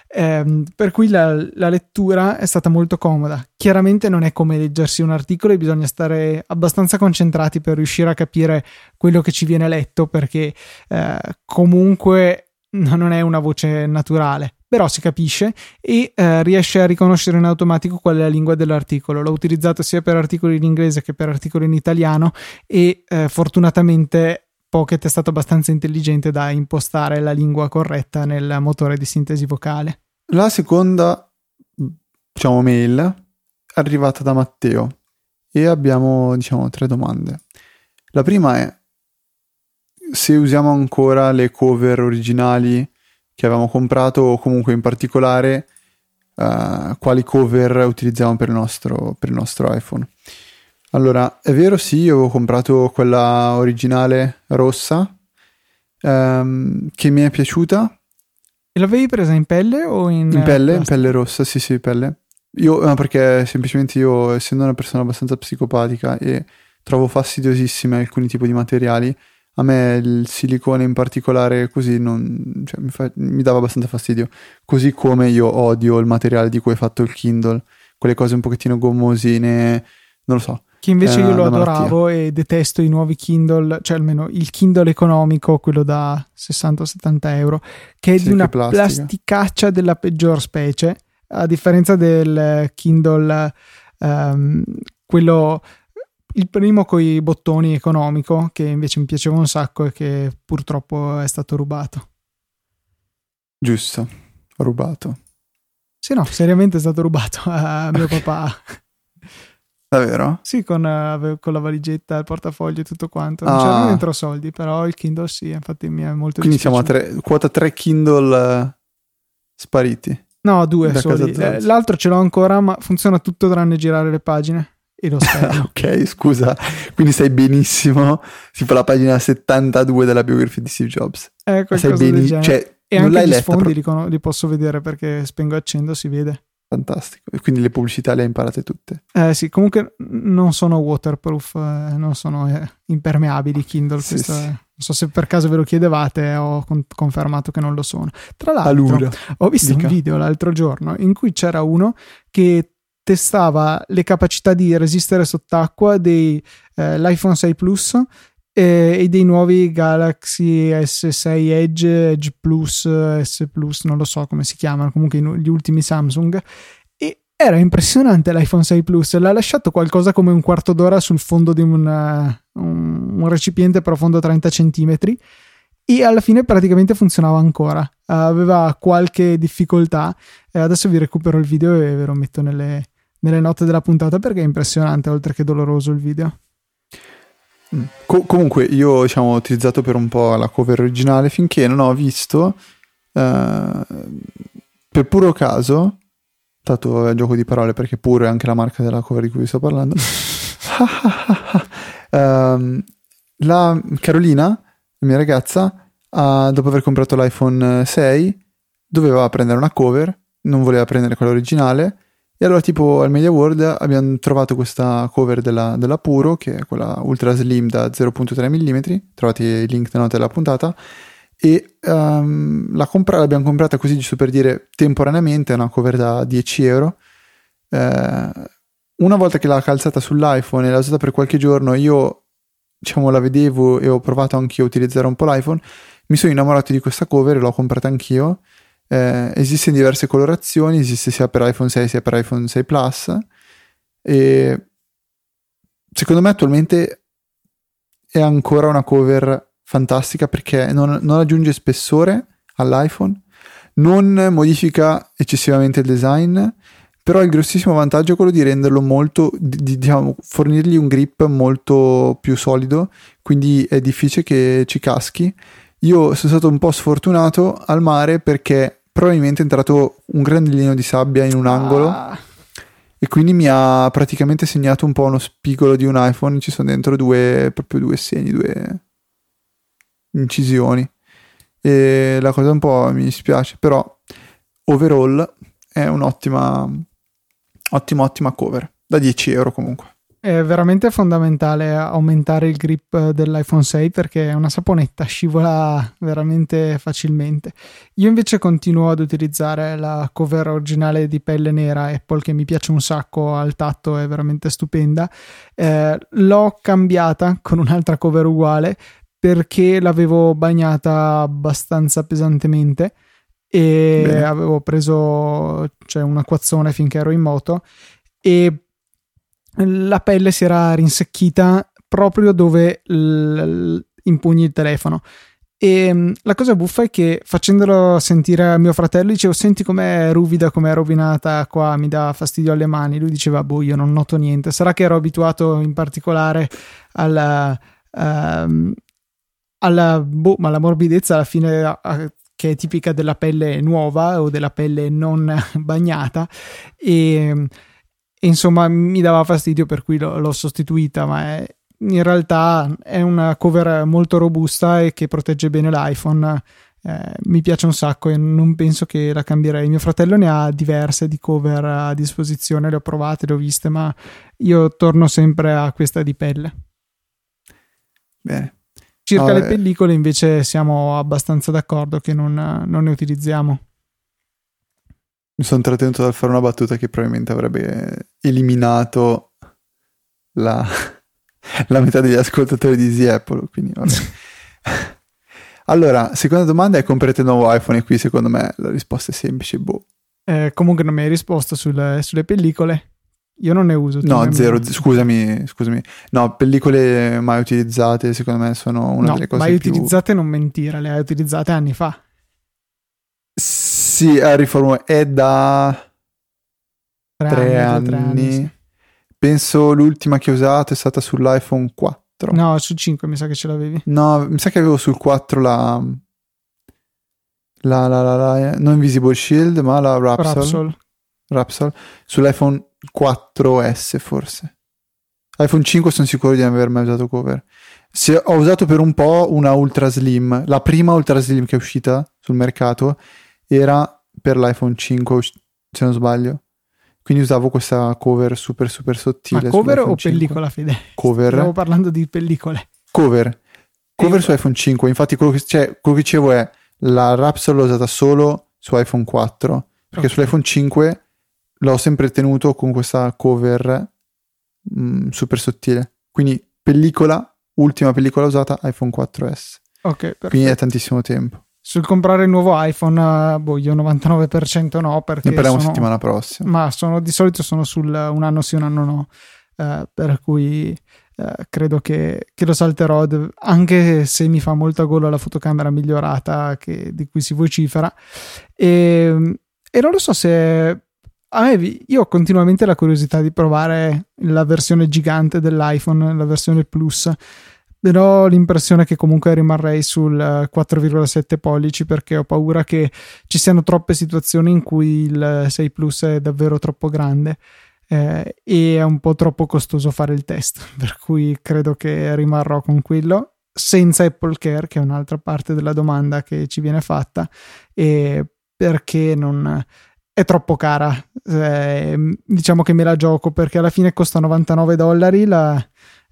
Eh, per cui la, la lettura è stata molto comoda. Chiaramente non è come leggersi un articolo e bisogna stare abbastanza concentrati per riuscire a capire quello che ci viene letto, perché eh, comunque non è una voce naturale, però si capisce e eh, riesce a riconoscere in automatico qual è la lingua dell'articolo. L'ho utilizzato sia per articoli in inglese che per articoli in italiano e eh, fortunatamente Pocket è stato abbastanza intelligente da impostare la lingua corretta nel motore di sintesi vocale. La seconda, diciamo, mail è arrivata da Matteo e abbiamo, diciamo, tre domande. La prima è se usiamo ancora le cover originali che avevamo comprato, o comunque in particolare uh, quali cover utilizziamo per il nostro, per il nostro iPhone. Allora, è vero, sì, io avevo comprato quella originale rossa um, che mi è piaciuta. E l'avevi presa in pelle o in... In pelle, in pelle rossa, sì sì, pelle. Io, no, perché semplicemente io, essendo una persona abbastanza psicopatica e trovo fastidiosissimi alcuni tipi di materiali, a me il silicone in particolare così non, cioè, mi, fa, mi dava abbastanza fastidio. Così come io odio il materiale di cui è fatto il Kindle, quelle cose un pochettino gommosine, non lo so. Che invece io lo adoravo e detesto i nuovi Kindle, cioè almeno il Kindle economico, quello da sessanta settanta euro, che è sì, di una plasticaccia della peggior specie, a differenza del Kindle um, quello, il primo coi bottoni economico, che invece mi piaceva un sacco e che purtroppo è stato rubato. Giusto, rubato. Sì, no, seriamente è stato rubato a mio papà. Davvero? Sì, con, uh, con la valigetta, il portafoglio e tutto quanto. Non ah. c'erano dentro soldi, però il Kindle sì, infatti mi è molto Quindi dispiaciuto. siamo a tre, quota tre Kindle uh, spariti. No, due soli. L'altro ce l'ho ancora, ma funziona tutto tranne girare le pagine e lo schermo. Ok, scusa. Quindi sai benissimo, tipo la pagina settantadue della biografia di Steve Jobs. Eh, qualcosa sai del genere. Cioè, e non anche l'hai gli letta, sfondi però... li, li posso vedere perché spengo e accendo, si vede. Fantastico. E quindi le pubblicità le hai imparate tutte? Eh sì, comunque non sono waterproof, eh, non sono eh, impermeabili Kindle. Sì, questo sì. È, non so se per caso ve lo chiedevate, ho con- confermato che non lo sono. Tra l'altro, Allora, ho visto dica. un video l'altro giorno in cui c'era uno che testava le capacità di resistere sott'acqua dell'iPhone eh, sei Plus e, e dei nuovi Galaxy S sei Edge, Edge Plus, S Plus, non lo so come si chiamano, comunque gli ultimi Samsung. E era impressionante l'iPhone sei Plus, l'ha lasciato qualcosa come un quarto d'ora sul fondo di un, uh, un, un recipiente profondo trenta centimetri e alla fine praticamente funzionava ancora. Uh, aveva qualche difficoltà, e adesso vi recupero il video e ve lo metto nelle, nelle note della puntata perché è impressionante oltre che doloroso il video. Co- comunque io diciamo ho utilizzato per un po' la cover originale finché non ho visto uh, per puro caso, tanto è gioco di parole perché puro è anche la marca della cover di cui vi sto parlando, um, la Carolina, la mia ragazza, uh, dopo aver comprato l'iPhone sei doveva prendere una cover, non voleva prendere quella originale. E allora tipo al Media World abbiamo trovato questa cover della, della Puro, che è quella ultra slim da zero virgola tre millimetri, trovate il link nella nota della puntata, e um, la compra- l'abbiamo comprata così giusto per dire temporaneamente, è una cover da dieci euro. Eh, una volta che l'ha calzata sull'iPhone e l'ha usata per qualche giorno, io diciamo la vedevo e ho provato anch'io a utilizzare un po' l'iPhone, mi sono innamorato di questa cover e l'ho comprata anch'io. Eh, esiste in diverse colorazioni, esiste sia per iPhone sei sia per iPhone sei Plus e secondo me attualmente è ancora una cover fantastica perché non, non aggiunge spessore all'iPhone, non modifica eccessivamente il design, però il grossissimo vantaggio è quello di renderlo molto, di, diciamo, fornirgli un grip molto più solido, quindi è difficile che ci caschi. Io sono stato un po' sfortunato al mare perché probabilmente è entrato un grandellino di sabbia in un angolo ah. e quindi mi ha praticamente segnato un po' uno spigolo di un iPhone, ci sono dentro due proprio due segni, due incisioni e la cosa un po' mi dispiace, però overall è un'ottima ottima ottima cover da dieci euro comunque. È veramente fondamentale aumentare il grip dell'iPhone sei perché è una saponetta, scivola veramente facilmente. Io invece continuo ad utilizzare la cover originale di pelle nera Apple che mi piace un sacco al tatto, è veramente stupenda. Eh, l'ho cambiata con un'altra cover uguale perché l'avevo bagnata abbastanza pesantemente e Bene. avevo preso cioè, un acquazzone finché ero in moto e la pelle si era rinsecchita proprio dove l- impugni il telefono e mh, la cosa buffa è che facendolo sentire a mio fratello dicevo senti com'è ruvida, com'è rovinata qua, mi dà fastidio alle mani. Lui diceva boh, io non noto niente, sarà che ero abituato in particolare alla, uh, alla, boh, ma alla morbidezza alla fine a, a, che è tipica della pelle nuova o della pelle non bagnata e E insomma mi dava fastidio per cui l'ho, l'ho sostituita, ma è, in realtà è una cover molto robusta e che protegge bene l'iPhone. Eh, mi piace un sacco e non penso che la cambierei. Mio fratello ne ha diverse di cover a disposizione, le ho provate, le ho viste, ma io torno sempre a questa di pelle. Bene. Circa no, le pellicole invece siamo abbastanza d'accordo che non, non ne utilizziamo. Mi sono trattenuto dal fare una battuta che probabilmente avrebbe eliminato la, la metà degli ascoltatori di Easy Apple, quindi vabbè. Allora, seconda domanda è: comprate il nuovo iPhone? E qui secondo me la risposta è semplice, boh. Eh, comunque non mi hai risposto sulle, sulle pellicole. Io non ne uso. No, zero, z- scusami, scusami. No, pellicole mai utilizzate, secondo me sono una no, delle cose mai più... utilizzate non mentire, le hai utilizzate anni fa. Sì, a riforma è da Tre, tre anni, due, tre anni. anni, sì. Penso l'ultima che ho usato è stata sull'iPhone quattro. No, su cinque mi sa che ce l'avevi. No, mi sa che avevo sul quattro la... La, la, la, la, non Invisible Shield, ma la Rapsol. Rapsol. Rapsol. Sull'iPhone quattro S forse. iPhone cinque sono sicuro di non aver mai usato cover. Se ho usato per un po' una Ultra Slim. La prima Ultra Slim che è uscita sul mercato era per l'iPhone cinque, se non sbaglio. Quindi usavo questa cover super super sottile. Ma cover o cinque. pellicola, Fede? Cover. Stavo parlando di pellicole. Cover. Cover e... su iPhone cinque. Infatti quello che, cioè, quello che dicevo è la Rapsol l'ho usata solo su iPhone quattro, perché okay. sull'iPhone cinque l'ho sempre tenuto con questa cover mh, super sottile. Quindi pellicola, ultima pellicola usata iPhone quattro S. Ok, perfetto. Quindi è tantissimo tempo. Sul comprare il nuovo iPhone, boh, io novantanove per cento no, perché ne parliamo sono, settimana prossima. Ma sono, di solito sono sul un anno sì, un anno no, eh, per cui eh, credo che, che lo salterò, anche se mi fa molta gola la fotocamera migliorata che, di cui si vocifera. E, e non lo so se... A me, io ho continuamente la curiosità di provare la versione gigante dell'iPhone, la versione Plus, però ho l'impressione che comunque rimarrei sul quattro virgola sette pollici, perché ho paura che ci siano troppe situazioni in cui il sei Plus è davvero troppo grande eh, e è un po' troppo costoso fare il test, per cui credo che rimarrò con quello senza Apple Care, che è un'altra parte della domanda che ci viene fatta, e perché non è troppo cara. Eh, diciamo che me la gioco perché alla fine costa novantanove dollari la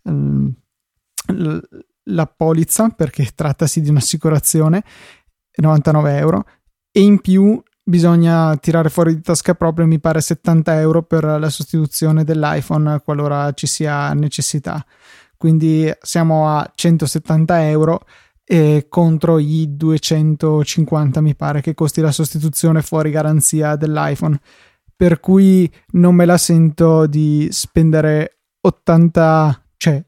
la polizza, perché trattasi di un'assicurazione, novantanove euro, e in più bisogna tirare fuori di tasca proprio, mi pare settanta euro per la sostituzione dell'iPhone qualora ci sia necessità, quindi siamo a centosettanta euro e contro i duecentocinquanta mi pare che costi la sostituzione fuori garanzia dell'iPhone, per cui non me la sento di spendere ottanta, cioè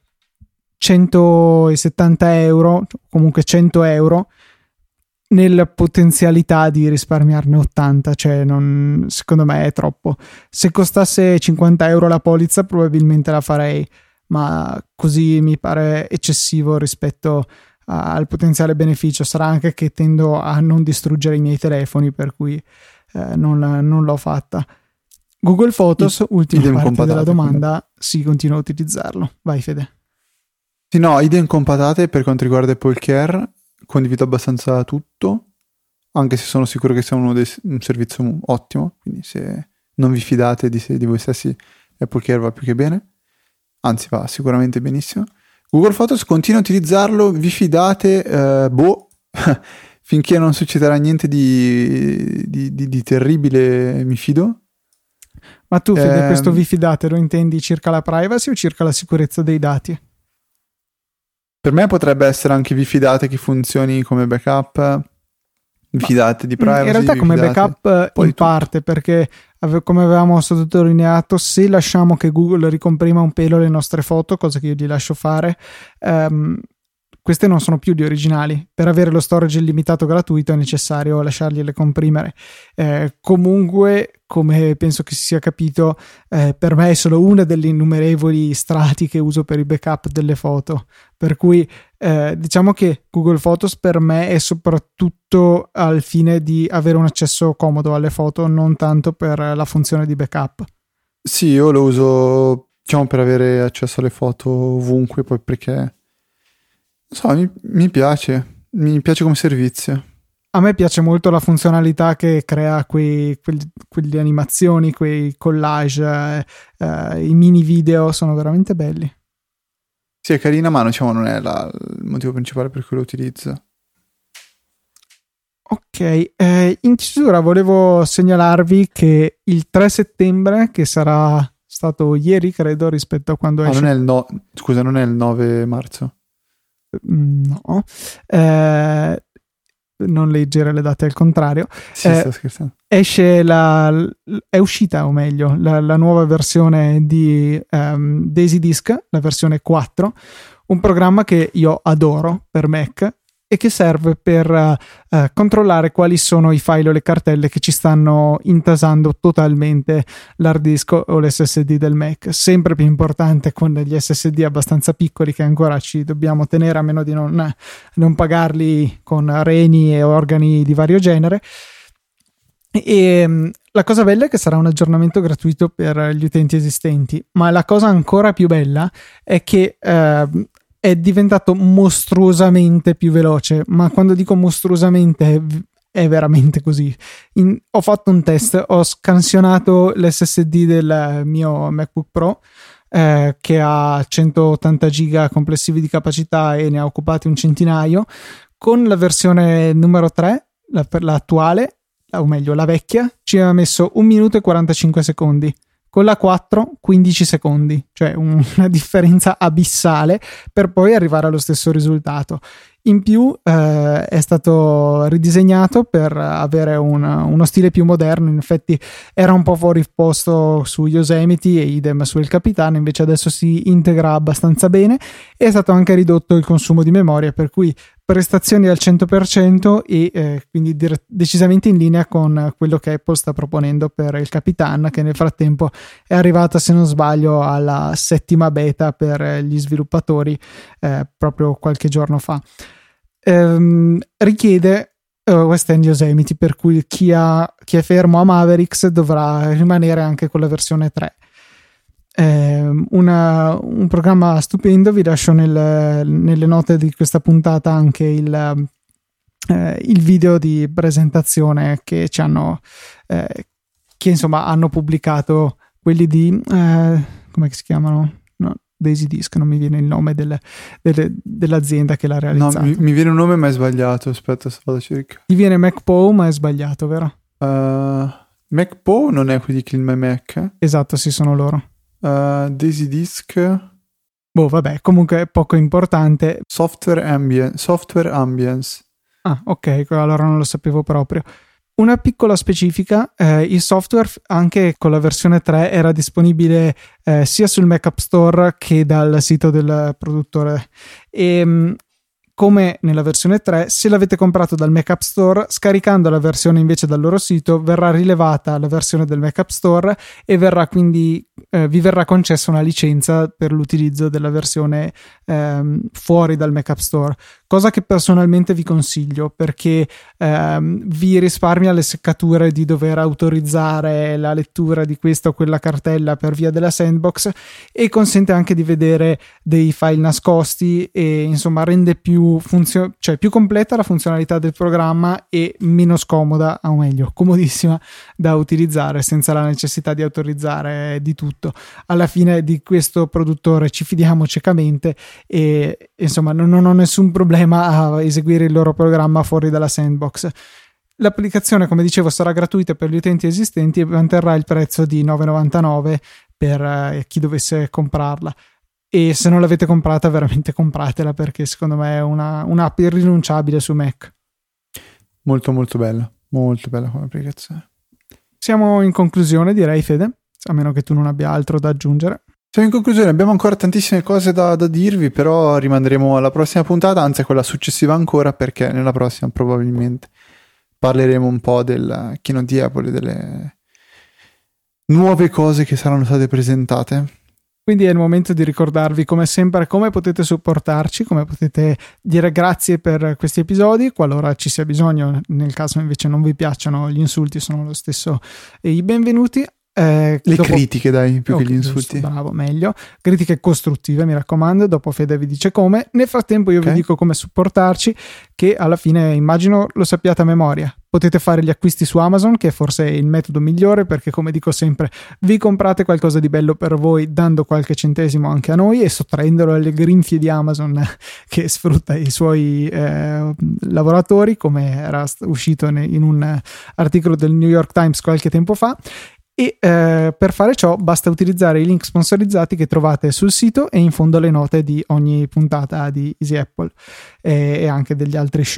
centosettanta euro, comunque cento euro, nella potenzialità di risparmiarne ottanta, cioè non, secondo me è troppo. Se costasse cinquanta euro la polizza probabilmente la farei, ma così mi pare eccessivo rispetto a, al potenziale beneficio. Sarà anche che tendo a non distruggere i miei telefoni, per cui eh, non, non l'ho fatta. Google Photos, I, ultima parte della domanda, sì, continuo a utilizzarlo. Vai Fede. Sì, no, idee compatate per quanto riguarda Apple Care, condivido abbastanza tutto, anche se sono sicuro che sia uno dei, un servizio ottimo, quindi se non vi fidate di, se, di voi stessi, Apple Care va più che bene, anzi va sicuramente benissimo. Google Photos, continuo a utilizzarlo, vi fidate, eh, boh, finché non succederà niente di, di, di, di terribile mi fido. Ma tu Fede, eh, questo vi fidate lo intendi circa la privacy o circa la sicurezza dei dati? Per me potrebbe essere anche vi fidate che funzioni come backup, vi fidate di privacy. In realtà come backup in parte, perché come avevamo sottolineato, se lasciamo che Google ricomprima un pelo le nostre foto, cosa che io gli lascio fare, ehm, queste non sono più di originali. Per avere lo storage illimitato gratuito è necessario lasciargliele comprimere. Eh, comunque, come penso che si sia capito, eh, per me è solo una delle innumerevoli strati che uso per i backup delle foto. Per cui eh, diciamo che Google Photos per me è soprattutto al fine di avere un accesso comodo alle foto, non tanto per la funzione di backup. Sì, io lo uso, diciamo, per avere accesso alle foto ovunque, poi perché non so, mi, mi piace, mi piace come servizio. A me piace molto la funzionalità che crea quei, quegli, quelle animazioni, quei collage, eh, eh, i mini video sono veramente belli. Sì, è carina, ma diciamo non è la, il motivo principale per cui lo utilizzo. Ok, eh, in chiusura volevo segnalarvi che il tre settembre, che sarà stato ieri credo rispetto a quando ah, esce... non è il no... Scusa, non è il nove marzo? No, eh, non leggere le date al contrario. Sì, eh, sto scherzando. Esce la, è uscita o meglio la, la nuova versione di um, Daisy Disk, la versione quattro, un programma che io adoro per Mac e che serve per uh, uh, controllare quali sono i file o le cartelle che ci stanno intasando totalmente l'hard disk o l'S S D del Mac. Sempre più importante con gli S S D abbastanza piccoli che ancora ci dobbiamo tenere, a meno di non, non pagarli con reni e organi di vario genere. E um, la cosa bella è che sarà un aggiornamento gratuito per gli utenti esistenti, ma la cosa ancora più bella è che uh, è diventato mostruosamente più veloce, ma quando dico mostruosamente è, è veramente così. In, ho fatto un test, ho scansionato l'S S D del mio MacBook Pro eh, che ha centottanta giga complessivi di capacità e ne ha occupati un centinaio, con la versione numero tre, la, per l'attuale, o meglio la vecchia, ci aveva messo un minuto e quarantacinque secondi. Con la quattro quindici secondi, cioè una differenza abissale per poi arrivare allo stesso risultato. In più eh, è stato ridisegnato per avere un, uno stile più moderno. In effetti era un po' fuori posto su Yosemite e idem su El Capitan, invece adesso si integra abbastanza bene e è stato anche ridotto il consumo di memoria, per cui prestazioni al cento per cento e eh, quindi dire- decisamente in linea con quello che Apple sta proponendo per il Capitan, che nel frattempo è arrivata, se non sbaglio, alla settima beta per gli sviluppatori eh, proprio qualche giorno fa. Ehm, richiede uh, West End Yosemite, per cui chi, ha, chi è fermo a Mavericks dovrà rimanere anche con la versione tre. Una, un programma stupendo. Vi lascio nel, nelle note di questa puntata anche il, eh, il video di presentazione che ci hanno eh, che insomma hanno pubblicato quelli di eh, come si chiamano? No, Daisy Disk, non mi viene il nome del, del, dell'azienda che l'ha realizzato. No, mi, mi viene un nome ma è sbagliato, aspetta, sto a cercare. Ti viene MacPo ma è sbagliato, vero? Uh, MacPo non è quelli Clean My Mac? Esatto, sì, sono loro. Uh, Daisy Disk, boh, vabbè, comunque è poco importante. Software Ambience, Software Ambience. Ah, ok, allora non lo sapevo proprio. Una piccola specifica, eh, il software anche con la versione tre era disponibile eh, sia sul Mac App Store che dal sito del produttore. E come nella versione tre, se l'avete comprato dal Mac App Store, scaricando la versione invece dal loro sito, verrà rilevata la versione del Mac App Store e verrà quindi eh, vi verrà concessa una licenza per l'utilizzo della versione ehm, fuori dal Mac App Store, cosa che personalmente vi consiglio, perché ehm, vi risparmia le seccature di dover autorizzare la lettura di questa o quella cartella per via della sandbox, e consente anche di vedere dei file nascosti e insomma rende più Funzio- cioè più completa la funzionalità del programma e meno scomoda, o meglio comodissima da utilizzare, senza la necessità di autorizzare di tutto. Alla fine di questo produttore ci fidiamo ciecamente e insomma non, non ho nessun problema a eseguire il loro programma fuori dalla sandbox. L'applicazione, come dicevo, sarà gratuita per gli utenti esistenti e manterrà il prezzo di nove virgola novantanove per eh, chi dovesse comprarla. E se non l'avete comprata, veramente compratela, perché secondo me è una, un'app irrinunciabile su Mac. Molto molto bella, molto bella come applicazione. Siamo in conclusione, direi, Fede, a meno che tu non abbia altro da aggiungere. Siamo in conclusione, abbiamo ancora tantissime cose da, da dirvi, però rimanderemo alla prossima puntata, anzi a quella successiva ancora, perché nella prossima probabilmente parleremo un po' del keynote di Apple e delle nuove cose che saranno state presentate. Quindi è il momento di ricordarvi, come sempre, come potete supportarci, come potete dire grazie per questi episodi, qualora ci sia bisogno. Nel caso invece non vi piacciono, gli insulti sono lo stesso e i benvenuti. Eh, Le dopo... critiche, dai, più okay, che gli insulti. Giusto, bravo, meglio. Critiche costruttive, mi raccomando. Dopo Fede vi dice come. Nel frattempo io okay. vi dico come supportarci, che alla fine immagino lo sappiate a memoria. Potete fare gli acquisti su Amazon, che forse è il metodo migliore, perché come dico sempre vi comprate qualcosa di bello per voi dando qualche centesimo anche a noi e sottraendolo alle grinfie di Amazon che sfrutta i suoi eh, lavoratori, come era uscito in un articolo del New York Times qualche tempo fa. E eh, per fare ciò basta utilizzare i link sponsorizzati che trovate sul sito e in fondo alle note di ogni puntata di Easy Apple e, e anche degli altri show.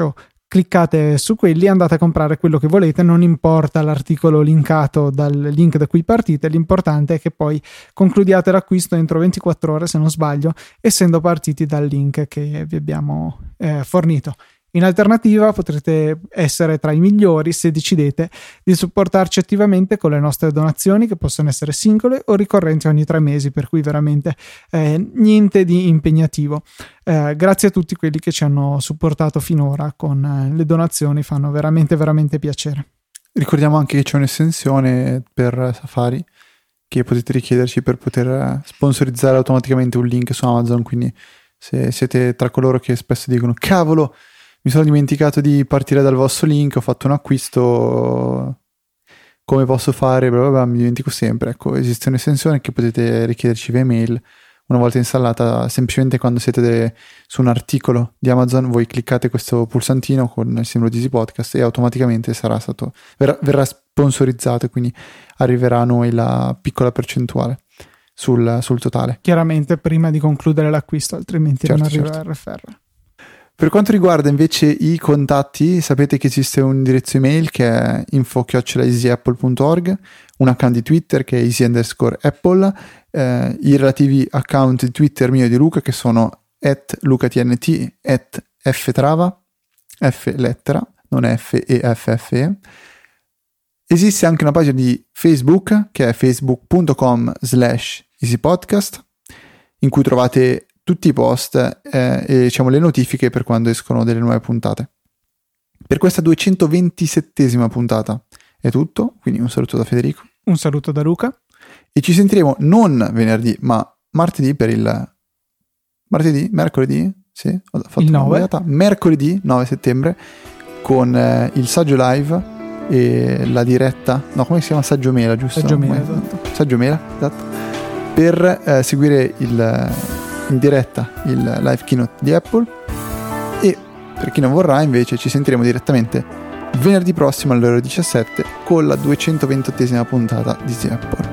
cliccate su quelli e andate a comprare quello che volete, non importa l'articolo linkato dal link da cui partite, l'importante è che poi concludiate l'acquisto entro ventiquattro ore, se non sbaglio, essendo partiti dal link che vi abbiamo eh, fornito. In alternativa potrete essere tra i migliori se decidete di supportarci attivamente con le nostre donazioni, che possono essere singole o ricorrenti ogni tre mesi, per cui veramente eh, niente di impegnativo. Eh, grazie a tutti quelli che ci hanno supportato finora con eh, le donazioni, fanno veramente veramente piacere. Ricordiamo anche che c'è un'estensione per Safari che potete richiederci per poter sponsorizzare automaticamente un link su Amazon, quindi se siete tra coloro che spesso dicono cavolo, mi sono dimenticato di partire dal vostro link, ho fatto un acquisto, come posso fare? Blah blah blah, mi dimentico sempre. Ecco, esiste un'estensione che potete richiederci via email. Una volta installata, semplicemente quando siete de- su un articolo di Amazon, voi cliccate questo pulsantino con il simbolo di Easy Podcast e automaticamente sarà stato, verrà, verrà sponsorizzato, e quindi arriverà a noi la piccola percentuale sul, sul totale. Chiaramente prima di concludere l'acquisto, altrimenti certo, non arriva certo. R F R. Per quanto riguarda invece i contatti, sapete che esiste un indirizzo email che è info chiocciola easy apple punto org, un account di Twitter che è easy underscore apple, eh, i relativi account di Twitter mio e di Luca che sono at lucatnt, at ftrava, f lettera, non f e f f e. Esiste anche una pagina di Facebook che è facebook punto com slash easypodcast, in cui trovate tutti i post eh, e diciamo le notifiche per quando escono delle nuove puntate. Per questa duecentoventisettesima puntata è tutto, quindi un saluto da Federico, un saluto da Luca e ci sentiremo non venerdì ma martedì per il martedì, mercoledì, sì, ho fatto il una nove boiata. Mercoledì nove settembre con eh, il saggio live e la diretta, no, come si chiama? Saggio Mela, giusto? Saggio Mela, esatto. Saggio Mela, esatto. Per eh, seguire il in diretta il live keynote di Apple, e per chi non vorrà invece ci sentiremo direttamente venerdì prossimo alle ore diciassette con la duecentoventotesima puntata di Easy Apple.